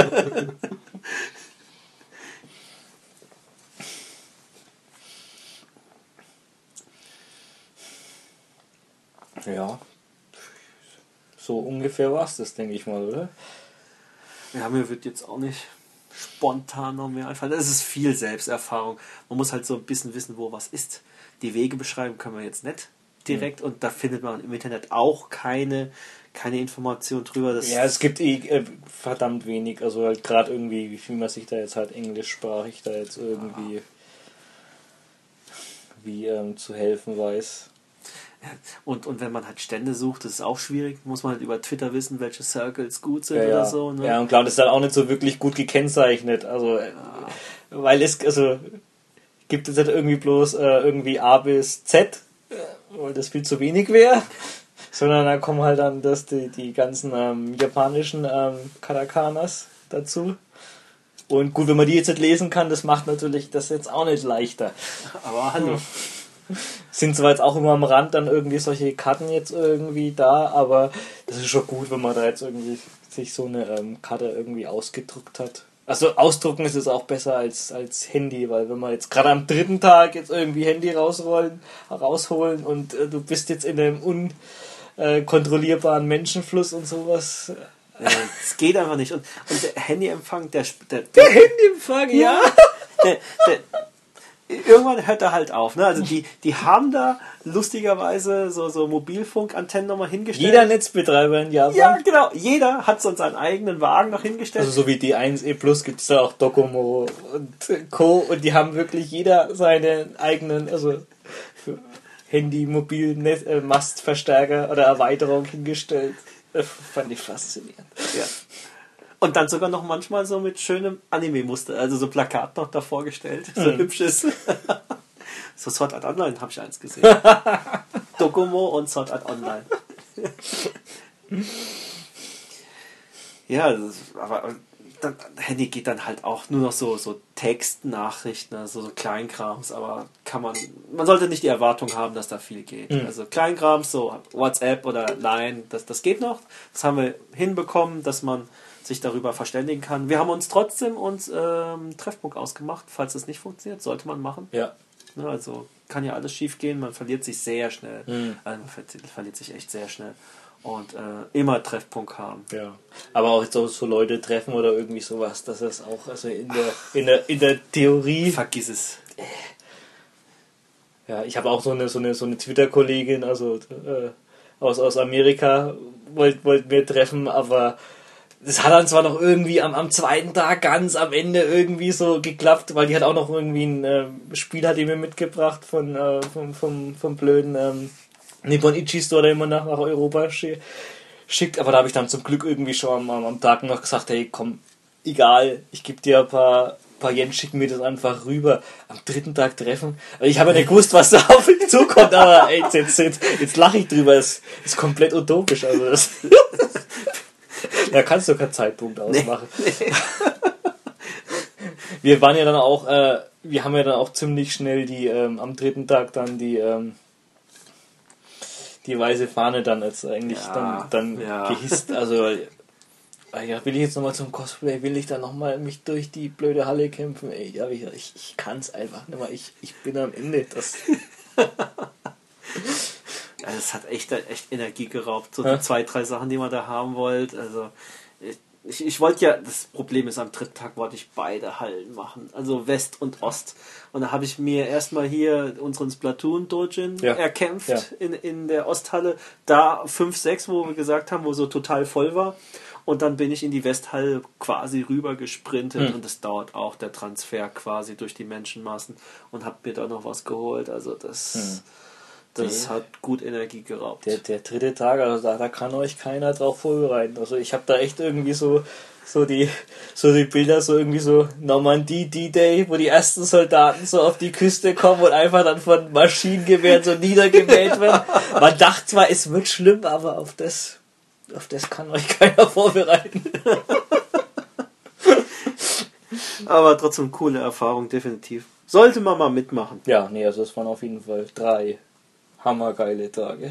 Ja. So ungefähr war es das, denke ich mal, oder? Ja, mir wird jetzt auch nicht spontan noch mehr einfallen. Das ist viel Selbsterfahrung. Man muss halt so ein bisschen wissen, wo was ist. Die Wege beschreiben können wir jetzt nicht direkt und da findet man im Internet auch keine, keine Information drüber. Das Ja, es gibt eh äh, verdammt wenig, also halt gerade irgendwie, wie viel man sich da jetzt halt englischsprachig da jetzt irgendwie wie ähm, zu helfen weiß. Und, und wenn man halt Stände sucht, das ist auch schwierig. Muss man halt über Twitter wissen, welche Circles gut sind Ja, oder ja. so. Ne? Ja, und klar, das ist dann auch nicht so wirklich gut gekennzeichnet, also äh, weil es, also gibt es halt irgendwie bloß äh, irgendwie A bis Z, äh, weil das viel zu wenig wäre. Sondern da kommen halt dann das, die, die ganzen ähm, japanischen ähm, Katakanas dazu. Und gut, wenn man die jetzt nicht lesen kann, das macht natürlich das jetzt auch nicht leichter. Aber hallo. Sind zwar jetzt auch immer am Rand dann irgendwie solche Karten jetzt irgendwie da, aber das ist schon gut, wenn man da jetzt irgendwie sich so eine ähm, Karte irgendwie ausgedruckt hat. Also ausdrucken ist es auch besser als, als Handy, weil wenn man jetzt gerade am dritten Tag jetzt irgendwie Handy rausrollen, rausholen und äh, du bist jetzt in einem unkontrollierbaren Menschenfluss und sowas. Ja, es geht einfach nicht. Und, und der Handyempfang, der, der, Der Handyempfang, ja! der, der, irgendwann hört er halt auf. Ne? Also die, die haben da lustigerweise so, so Mobilfunkantennen nochmal hingestellt. Jeder Netzbetreiber in Japan. Ja, genau. Jeder hat so seinen eigenen Wagen noch hingestellt. Also so wie die eins E Plus gibt es da auch Docomo und Co. Und die haben wirklich jeder seine eigenen, also Handy, Mobil, Net, äh, Mastverstärker oder Erweiterung hingestellt. Das fand ich faszinierend. Ja. Und dann sogar noch manchmal so mit schönem Anime-Muster, also so Plakat noch davor gestellt, so Mhm. hübsches. So Sword Art Online habe ich eins gesehen. Docomo und Sword Art Online. Ja, das, aber dann, Handy geht dann halt auch nur noch so, so Textnachrichten, also so Kleinkrams, aber kann man, man sollte nicht die Erwartung haben, dass da viel geht. Mhm. Also Kleinkrams, so WhatsApp oder Line, das, das geht noch. Das haben wir hinbekommen, dass man sich darüber verständigen kann. Wir haben uns trotzdem uns ähm, Treffpunkt ausgemacht, falls es nicht funktioniert, sollte man machen. Ja. Ne, also kann ja alles schief gehen, man verliert sich sehr schnell. Mhm. Also man ver verliert sich echt sehr schnell. Und äh, immer Treffpunkt haben. Ja. Aber auch so, so Leute treffen oder irgendwie sowas, das ist auch, also in der, in der, in der Theorie. Vergiss es. Ja, ich habe auch so eine, so eine, so eine Twitter-Kollegin, also äh, aus, aus Amerika, wollt, wollten wir treffen, aber das hat dann zwar noch irgendwie am, am zweiten Tag ganz am Ende irgendwie so geklappt, weil die hat auch noch irgendwie ein äh, Spiel hat die mir mitgebracht von, äh, vom, vom, vom blöden ähm, Nippon Ichi Store, der immer nach, nach Europa schi- schickt, aber da habe ich dann zum Glück irgendwie schon am, am Tag noch gesagt, hey komm, egal, ich gebe dir ein paar paar Yen, schicken mir das einfach rüber. Am dritten Tag treffen. Ich habe ja nicht gewusst, was da auf mich zukommt, aber ey, jetzt, jetzt, jetzt lache ich drüber. Es ist komplett utopisch. Also das da kannst du keinen Zeitpunkt ausmachen. Nee, nee. Wir waren ja dann auch, äh, wir haben ja dann auch ziemlich schnell die, ähm, am dritten Tag dann die, ähm, die weiße Fahne dann jetzt eigentlich ja, dann, dann ja. gehisst. Also ja, will ich jetzt nochmal zum Cosplay, will ich dann nochmal mich durch die blöde Halle kämpfen? Ey, ja, ich, ich, ich kann es einfach nicht mehr. Ich, ich bin am Ende. Das ja, das hat echt, echt Energie geraubt. So die zwei, drei Sachen, die man da haben wollte. Also ich, ich wollte ja, das Problem ist, am dritten Tag wollte ich beide Hallen machen. Also West und Ost. Und da habe ich mir erstmal hier unseren Splatoon-Dojin ja. erkämpft ja. in, in der Osthalle. Da fünf, sechs, wo wir gesagt haben, wo so total voll war. Und dann bin ich in die Westhalle quasi rüber gesprintet mhm. und es dauert auch der Transfer quasi durch die Menschenmassen und hab mir da noch was geholt. Also das, mhm. das die, hat gut Energie geraubt. Der, der dritte Tag, also da, da kann euch keiner drauf vorbereiten. Also ich habe da echt irgendwie so so die so die Bilder, so irgendwie so Normandie D-Day, wo die ersten Soldaten so auf die Küste kommen und einfach dann von Maschinengewehren so niedergemäht werden. Man dachte zwar, es wird schlimm, aber auf das Auf das kann euch keiner vorbereiten. Aber trotzdem coole Erfahrung, definitiv. Sollte man mal mitmachen. Ja, nee, also es waren auf jeden Fall drei hammergeile Tage.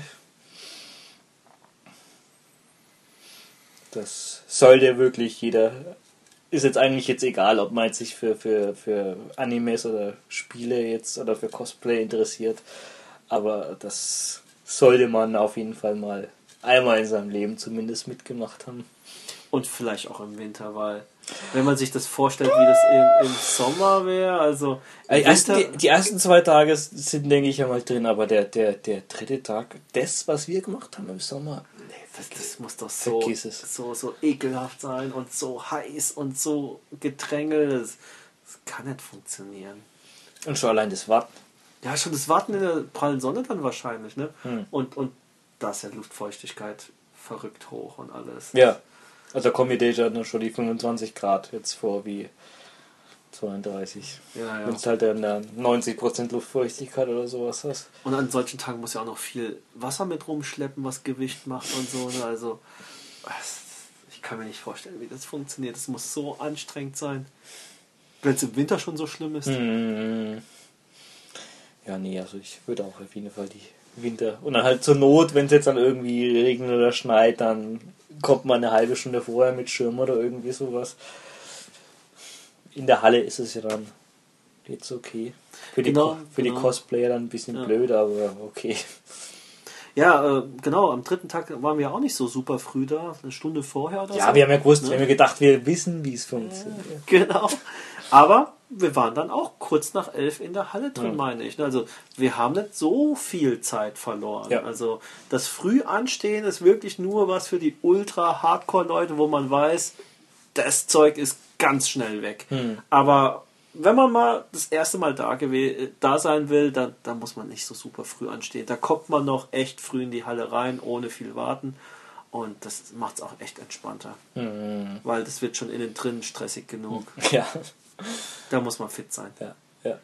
Das sollte wirklich jeder... Ist jetzt eigentlich jetzt egal, ob man jetzt sich für, für, für Animes oder Spiele jetzt oder für Cosplay interessiert. Aber das sollte man auf jeden Fall mal einmal in seinem Leben zumindest mitgemacht haben. Und vielleicht auch im Winter, weil wenn man sich das vorstellt, wie das im, im Sommer wäre, also... Die ersten, die, die ersten zwei Tage sind, denke ich, ja mal drin, aber der, der, der dritte Tag, das, was wir gemacht haben im Sommer, nee, das, das muss doch so, so, so ekelhaft sein und so heiß und so gedrängelt, das, das kann nicht funktionieren. Und schon allein das Warten. Ja, schon das Warten in der prallen Sonne dann wahrscheinlich, ne? Hm. Und, und da ist ja Luftfeuchtigkeit verrückt hoch und alles. Ja, also Comedy hat schon die fünfundzwanzig Grad jetzt vor wie zweiunddreißig. Ja, ja. Wenn es halt dann neunzig Prozent Luftfeuchtigkeit oder sowas hast. Und an solchen Tagen muss ja auch noch viel Wasser mit rumschleppen, was Gewicht macht und so. Ne? Also ich kann mir nicht vorstellen, wie das funktioniert. Das muss so anstrengend sein. Wenn es im Winter schon so schlimm ist. Mhm. Ja, nee, also ich würde auch auf jeden Fall die Winter. Und dann halt zur Not, wenn es jetzt dann irgendwie regnet oder schneit, dann kommt man eine halbe Stunde vorher mit Schirm oder irgendwie sowas. In der Halle ist es ja dann jetzt okay. Für die, genau, für genau. die Cosplayer dann ein bisschen ja. blöd, aber okay. Ja, äh, genau, am dritten Tag waren wir auch nicht so super früh da, eine Stunde vorher oder ja, so. Ja, wir haben ja gewusst, ne? wir haben ja gedacht, wir wissen, wie es funktioniert. Genau. Aber wir waren dann auch kurz nach elf in der Halle drin, mhm. meine ich. Also wir haben nicht so viel Zeit verloren. Ja. Also das Frühanstehen ist wirklich nur was für die Ultra-Hardcore-Leute, wo man weiß, das Zeug ist ganz schnell weg. Mhm. Aber wenn man mal das erste Mal da, gew- da sein will, dann, dann muss man nicht so super früh anstehen. Da kommt man noch echt früh in die Halle rein, ohne viel warten. Und das macht es auch echt entspannter. Mhm. Weil das wird schon innen drin stressig genug. Ja. Da muss man fit sein. Ja, ja.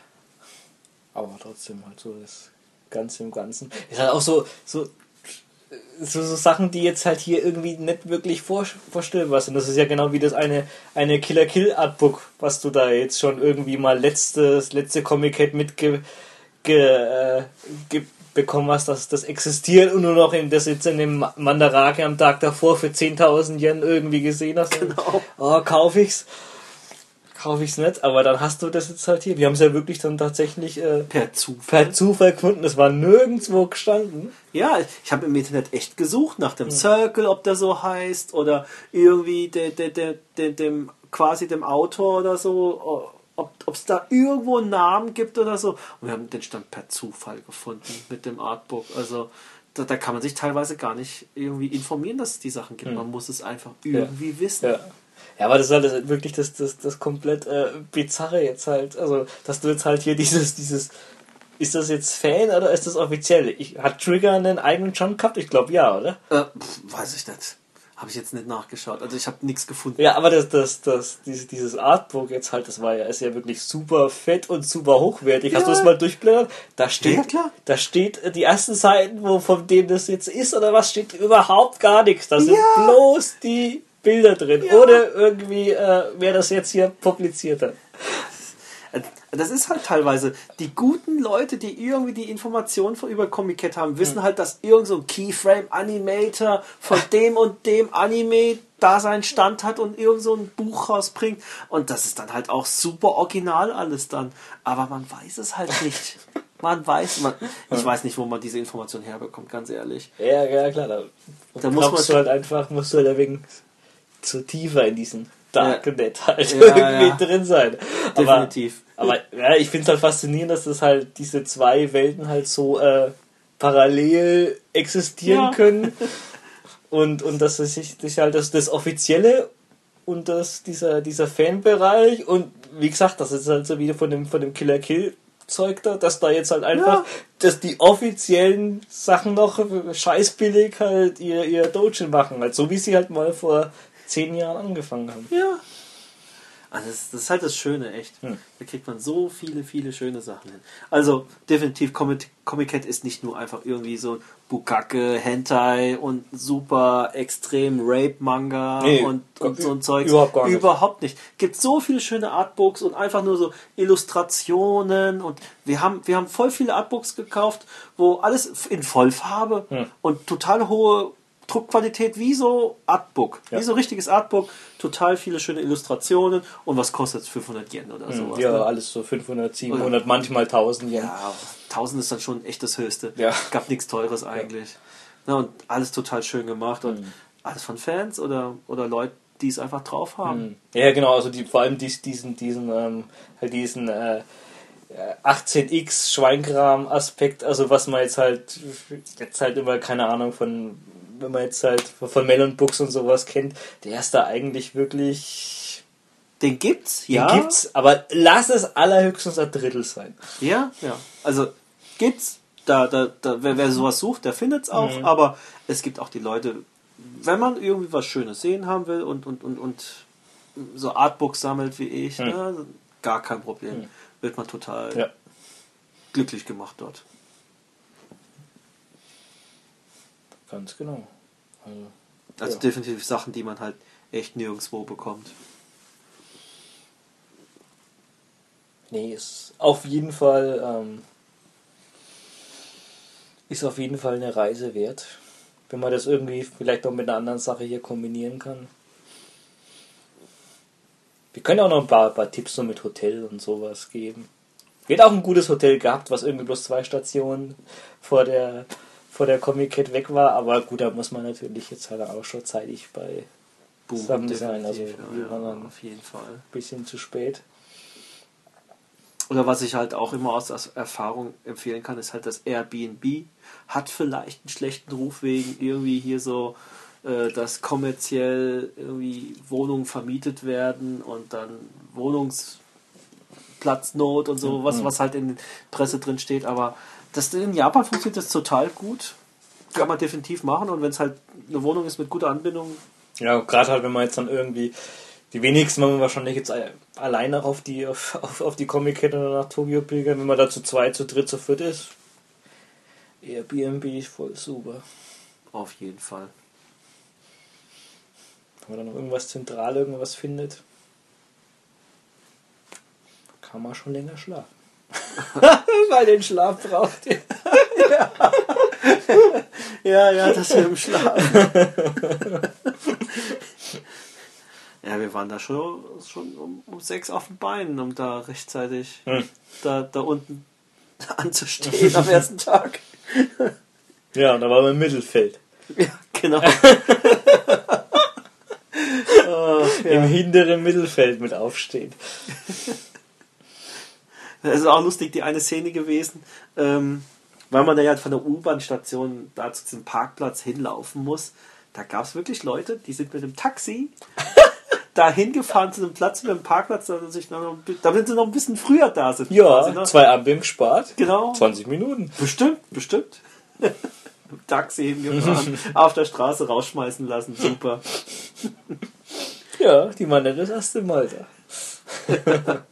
Aber trotzdem halt so das Ganze im Ganzen. Ist halt auch so, so, so, so Sachen, die jetzt halt hier irgendwie nicht wirklich vor, vorstellbar sind. Das ist ja genau wie das eine, eine Killer Kill Artbook, was du da jetzt schon irgendwie mal letztes, letzte Comic-Head mitge ge, äh, ge, bekommen hast, dass das existiert und nur noch in das jetzt in dem Mandarake am Tag davor für zehntausend Yen irgendwie gesehen hast. Genau. Oh, kauf ich's. Kaufe ich es nicht, aber dann hast du das jetzt halt hier. Wir haben es ja wirklich dann tatsächlich äh, per Zufall. per Zufall gefunden. Es war nirgendwo gestanden. Ja, ich habe im Internet echt gesucht nach dem hm. Circle, ob der so heißt, oder irgendwie de, de, de, de, dem quasi dem Autor oder so, ob es da irgendwo einen Namen gibt oder so. Und wir haben den Stand per Zufall gefunden mit dem Artbook. Also da, da kann man sich teilweise gar nicht irgendwie informieren, dass es die Sachen gibt. Hm. Man muss es einfach irgendwie ja. wissen. Ja. Ja, aber das ist halt wirklich das, das, das komplett äh, Bizarre jetzt halt. Also, dass du jetzt halt hier dieses, dieses, ist das jetzt Fan oder ist das offiziell? Ich, hat Trigger einen eigenen John gehabt? Ich glaube ja, oder? Äh, pf, weiß ich nicht. Habe ich jetzt nicht nachgeschaut. Also ich habe nichts gefunden. Ja, aber das, das, das, dieses, dieses Artbook jetzt halt, das war ja, ist ja wirklich super fett und super hochwertig. Ja. Hast du es mal durchblättert? Da steht, ja, klar. Da steht die ersten Seiten, wo von denen das jetzt ist oder was, steht überhaupt gar nichts. Da sind ja. bloß die Bilder drin, ja. Oder irgendwie, äh, wer das jetzt hier publiziert hat. Das ist halt teilweise, die guten Leute, die irgendwie die Informationen über Comic-Cat haben, wissen hm. halt, dass irgend so ein Keyframe-Animator von dem und dem Anime da seinen Stand hat und irgend so ein Buch rausbringt. Und das ist dann halt auch super original alles dann. Aber man weiß es halt nicht. Man weiß, man, ich weiß nicht, wo man diese Information herbekommt, ganz ehrlich. Ja, ja, klar. Da, da muss man du halt einfach, musst du halt ein wenig so tiefer in diesen Darknet ja. halt ja, irgendwie ja. drin sein. Definitiv. Aber, aber ja, ich finde es halt faszinierend, dass das halt diese zwei Welten halt so äh, parallel existieren ja. können und, und dass es sich, sich halt das, das Offizielle und das, dieser, dieser Fanbereich und wie gesagt, das ist halt so wieder von dem, von dem Killer Kill Zeug da, dass da jetzt halt einfach, ja. dass die offiziellen Sachen noch scheißbillig halt ihr, ihr Doujin machen, halt so wie sie halt mal vor zehn Jahren angefangen haben. Ja. Also das, das ist halt das Schöne, echt. Hm. Da kriegt man so viele, viele schöne Sachen hin. Also definitiv, Comic, Comic-Cat ist nicht nur einfach irgendwie so Bukake, Hentai und super extrem Rape-Manga nee, und, und so ein Zeug. Überhaupt gar nicht. Überhaupt nicht. Gibt so viele schöne Artbooks und einfach nur so Illustrationen und wir haben, wir haben voll viele Artbooks gekauft, wo alles in Vollfarbe hm. und total hohe Druckqualität wie so Artbook, ja. wie so richtiges Artbook, total viele schöne Illustrationen und was kostet es? fünfhundert Yen oder mhm, sowas? Ja, ne? alles so fünfhundert, siebenhundert, manchmal tausend Yen. Ja, tausend ist dann schon echt das Höchste. Ja. Gab nichts Teures eigentlich. Ja. Ja, und alles total schön gemacht und mhm. alles von Fans oder, oder Leute, die es einfach drauf haben. Mhm. Ja, genau, also die, vor allem dies, diesen, diesen, ähm, halt diesen äh, achtzehn X Schweinkram-Aspekt, also was man jetzt halt, jetzt halt immer, keine Ahnung, von wenn man jetzt halt von Melon Books und sowas kennt, der ist da eigentlich wirklich... Den gibt's, den ja. Den gibt's, aber lass es allerhöchstens ein Drittel sein. Ja, ja. Also gibt's, da, da, da wer, wer sowas sucht, der findet's auch, mhm. aber es gibt auch die Leute, wenn man irgendwie was Schönes sehen haben will und, und, und, und so Artbooks sammelt wie ich, mhm. ne, gar kein Problem. Mhm. Wird man total ja. glücklich gemacht dort. Ganz genau. Also, also ja. definitiv Sachen, die man halt echt nirgendwo bekommt. Nee, ist auf jeden Fall ähm, ist auf jeden Fall eine Reise wert. Wenn man das irgendwie vielleicht auch mit einer anderen Sache hier kombinieren kann. Wir können auch noch ein paar, paar Tipps so mit Hotel und sowas geben. Wir hätten auch ein gutes Hotel gehabt, was irgendwie bloß zwei Stationen vor der vor der Comic-Cat weg war, aber gut, da muss man natürlich jetzt halt auch schon zeitig bei Boom, zusammen sein. Also ja, wir waren dann auf jeden Fall ein bisschen zu spät. Oder was ich halt auch immer aus aus Erfahrung empfehlen kann, ist halt das Airbnb. Hat vielleicht einen schlechten Ruf wegen irgendwie hier so, äh, dass kommerziell irgendwie Wohnungen vermietet werden und dann Wohnungsplatznot und so, was, was halt in der Presse drin steht. Aber das in Japan funktioniert das total gut. Kann man definitiv machen. Und wenn es halt eine Wohnung ist mit guter Anbindung. Ja, gerade halt, wenn man jetzt dann irgendwie, die wenigsten machen wahrscheinlich jetzt alleine auf die auf, auf, auf die Comic-Kette oder nach Tokio pilgern, wenn man da zu zweit, zu dritt, zu viert ist. Airbnb ist voll super. Auf jeden Fall. Wenn man dann noch irgendwas zentral, irgendwas findet, kann man schon länger schlafen. Weil den Schlaf braucht ihr. Ja, ja, das mit dem Schlaf. Ja, wir waren da schon, schon um, um sechs auf den Beinen, um da rechtzeitig hm. da, da unten anzustehen am ersten Tag. Ja, und da waren wir im Mittelfeld. Ja, genau. Oh, ja. Im hinteren Mittelfeld mit aufstehen. Das ist auch lustig, die eine Szene gewesen, ähm, weil man da ja von der U-Bahn-Station da zu diesem Parkplatz hinlaufen muss. Da gab es wirklich Leute, die sind mit dem Taxi da hingefahren zu dem Platz mit dem Parkplatz, da sich noch, damit sie noch ein bisschen früher da sind. Ja, quasi, ne? Zwei Ampeln gespart. Genau. zwanzig Minuten. Bestimmt, bestimmt. Taxi hingefahren, auf der Straße rausschmeißen lassen, super. Ja, die waren ja das erste Mal da.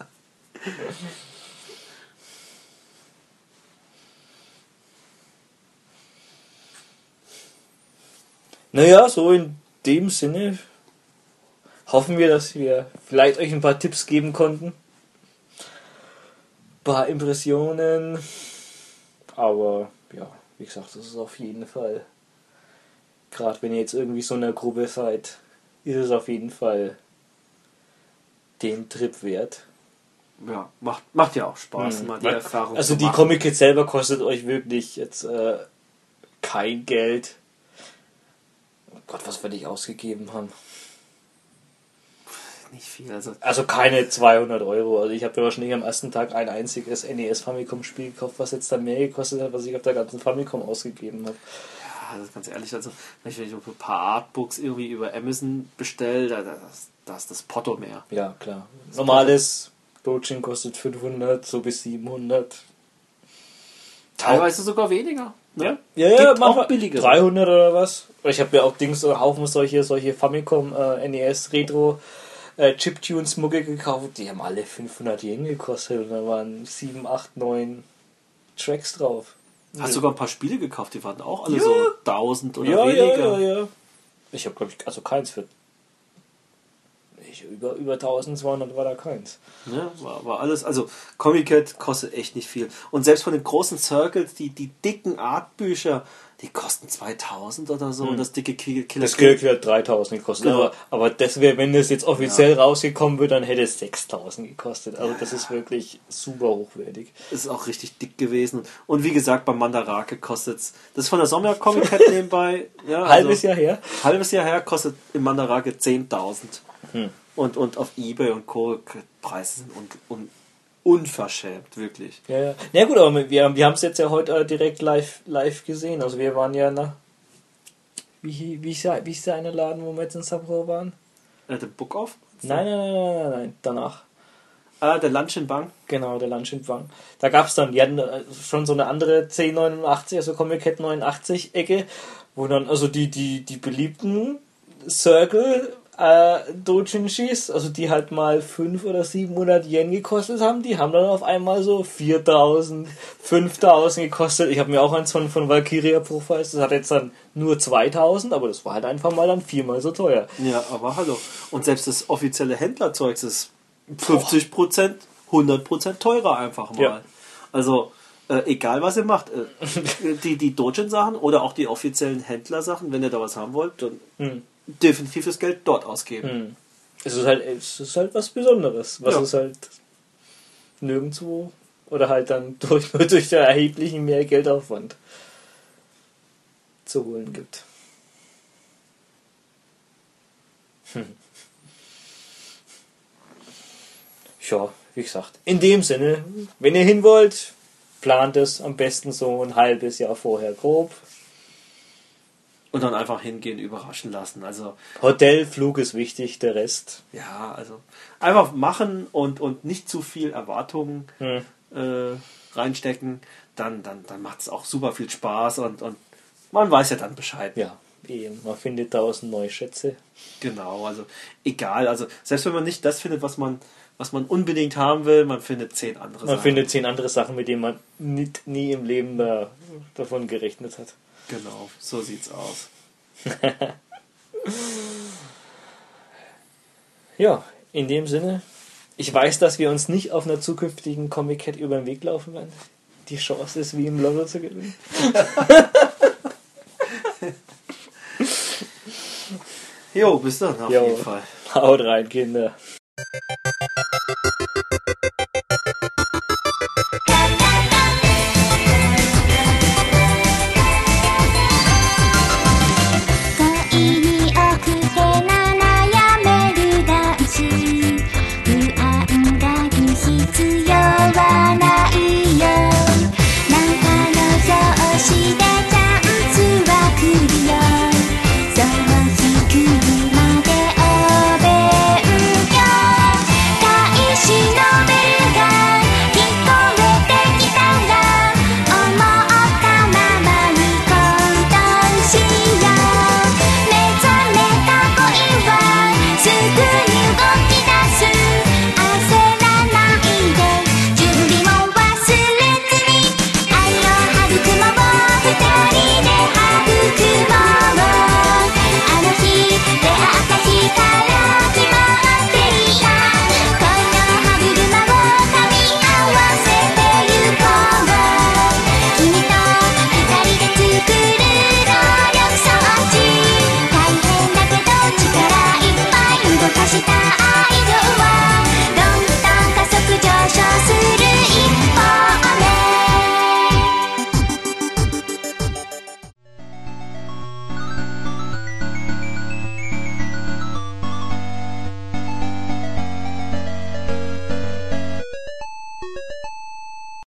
Naja, so in dem Sinne hoffen wir, dass wir vielleicht euch ein paar Tipps geben konnten. Ein paar Impressionen. Aber ja, wie gesagt, das ist auf jeden Fall, gerade wenn ihr jetzt irgendwie so in einer Gruppe seid, ist es auf jeden Fall den Trip wert. Ja, macht, macht ja auch Spaß, hm. mal die Erfahrung Also zu die machen. Comic Kit selber kostet euch wirklich jetzt äh, kein Geld. Oh Gott, was wir nicht ausgegeben haben. Nicht viel, also. Also keine zweihundert Euro. Also ich habe ja wahrscheinlich am ersten Tag ein einziges N E S Famicom Spiel gekauft, was jetzt dann mehr gekostet hat, was ich auf der ganzen Famicom ausgegeben habe. Ja, das ist ganz ehrlich, also wenn ich ein paar Artbooks irgendwie über Amazon bestelle, da, da, da ist das Porto mehr. Ja, klar. Das normales Dojin kostet fünfhundert, so bis siebenhundert. Teilweise sogar weniger. Ne? Ja, ja, Gibt auch billiger. dreihundert oder was. Ich habe ja auch Dings, so Haufen solche, solche Famicom äh, N E S Retro äh, Chiptunes Mucke gekauft. Die haben alle fünfhundert Yen gekostet und da waren sieben, acht, neun Tracks drauf. Hast du sogar ein paar Spiele gekauft, die waren auch alle ja. so tausend oder ja, weniger. Ja, ja, ja. Ich habe, glaube ich, also keins für. Ich, über, über eintausendzweihundert war da keins. Ja, war, war alles. Also, Comic-Cat kostet echt nicht viel. Und selbst von den großen Circles, die, die dicken Artbücher, die kosten zweitausend oder so. Hm. Und das dicke Killer Das Killer hat dreitausend gekostet. Genau. Aber, aber das wäre, wenn das jetzt offiziell ja. rausgekommen wird, dann hätte es sechstausend gekostet. Also, ja, das ist wirklich super hochwertig. Ist auch richtig dick gewesen. Und wie gesagt, beim Mandarake kostet es. Das ist von der Sommer-Comic-Cat nebenbei. Ja, halbes also, Jahr her. Halbes Jahr her kostet im Mandarake zehntausend. Hm. Und, und auf eBay und Co. Preise sind un, un, unverschämt, wirklich. Ja, ja. Na gut, aber wir, wir haben es jetzt ja heute äh, direkt live, live gesehen. Also wir waren ja nach. Wie, wie, wie ist der eine Laden, wo wir jetzt in Sapporo waren? Äh, der Book Off? Nein, nein, nein, nein, nein, nein, danach. Ah, der Lunch in Bang? Genau, der Lunch in Bang. Da gab es dann, die hatten schon so eine andere zehn neunundachtzig, also Comic Cat neunundachtzig Ecke, wo dann also die, die, die beliebten Circle äh, Dojinshis, also die halt mal fünfhundert oder siebenhundert Yen gekostet haben, die haben dann auf einmal so viertausend, fünftausend gekostet. Ich habe mir auch eins von, von Valkyria Profiles, das hat jetzt dann nur zweitausend, aber das war halt einfach mal dann viermal so teuer. Ja, aber hallo. Und selbst das offizielle Händlerzeug ist fünfzig Prozent, hundert Prozent teurer einfach mal. Ja. Also, äh, egal was ihr macht, äh, die, die Dojin-Sachen oder auch die offiziellen Händlersachen, wenn ihr da was haben wollt, dann hm. definitiv das Geld dort ausgeben. Hm. Es ist halt, es ist halt was Besonderes, was ja. es halt nirgendwo oder halt dann durch, nur durch den erheblichen mehr Geldaufwand zu holen gibt. Hm. Ja, wie gesagt, in dem Sinne, wenn ihr hin wollt, plant es am besten so ein halbes Jahr vorher grob. Und dann einfach hingehen, überraschen lassen. Also Hotel, Flug ist wichtig, der Rest. ja, also einfach machen und, und nicht zu viel Erwartungen Hm. äh, reinstecken, dann, dann, dann macht es auch super viel Spaß und, und man weiß ja dann Bescheid. Ja, eben, man findet tausend neue Schätze. Genau, also egal, also selbst wenn man nicht das findet, was man, was man unbedingt haben will, man findet zehn andere Man Sachen. findet zehn andere Sachen, mit denen man nicht, nie im Leben da, davon gerechnet hat. Genau, so sieht's aus. Ja, in dem Sinne, ich weiß, dass wir uns nicht auf einer zukünftigen Comic-Cat über den Weg laufen werden. Die Chance ist wie im Lotto zu gewinnen. Jo, bis dann auf Jo. jeden Fall. Haut rein, Kinder.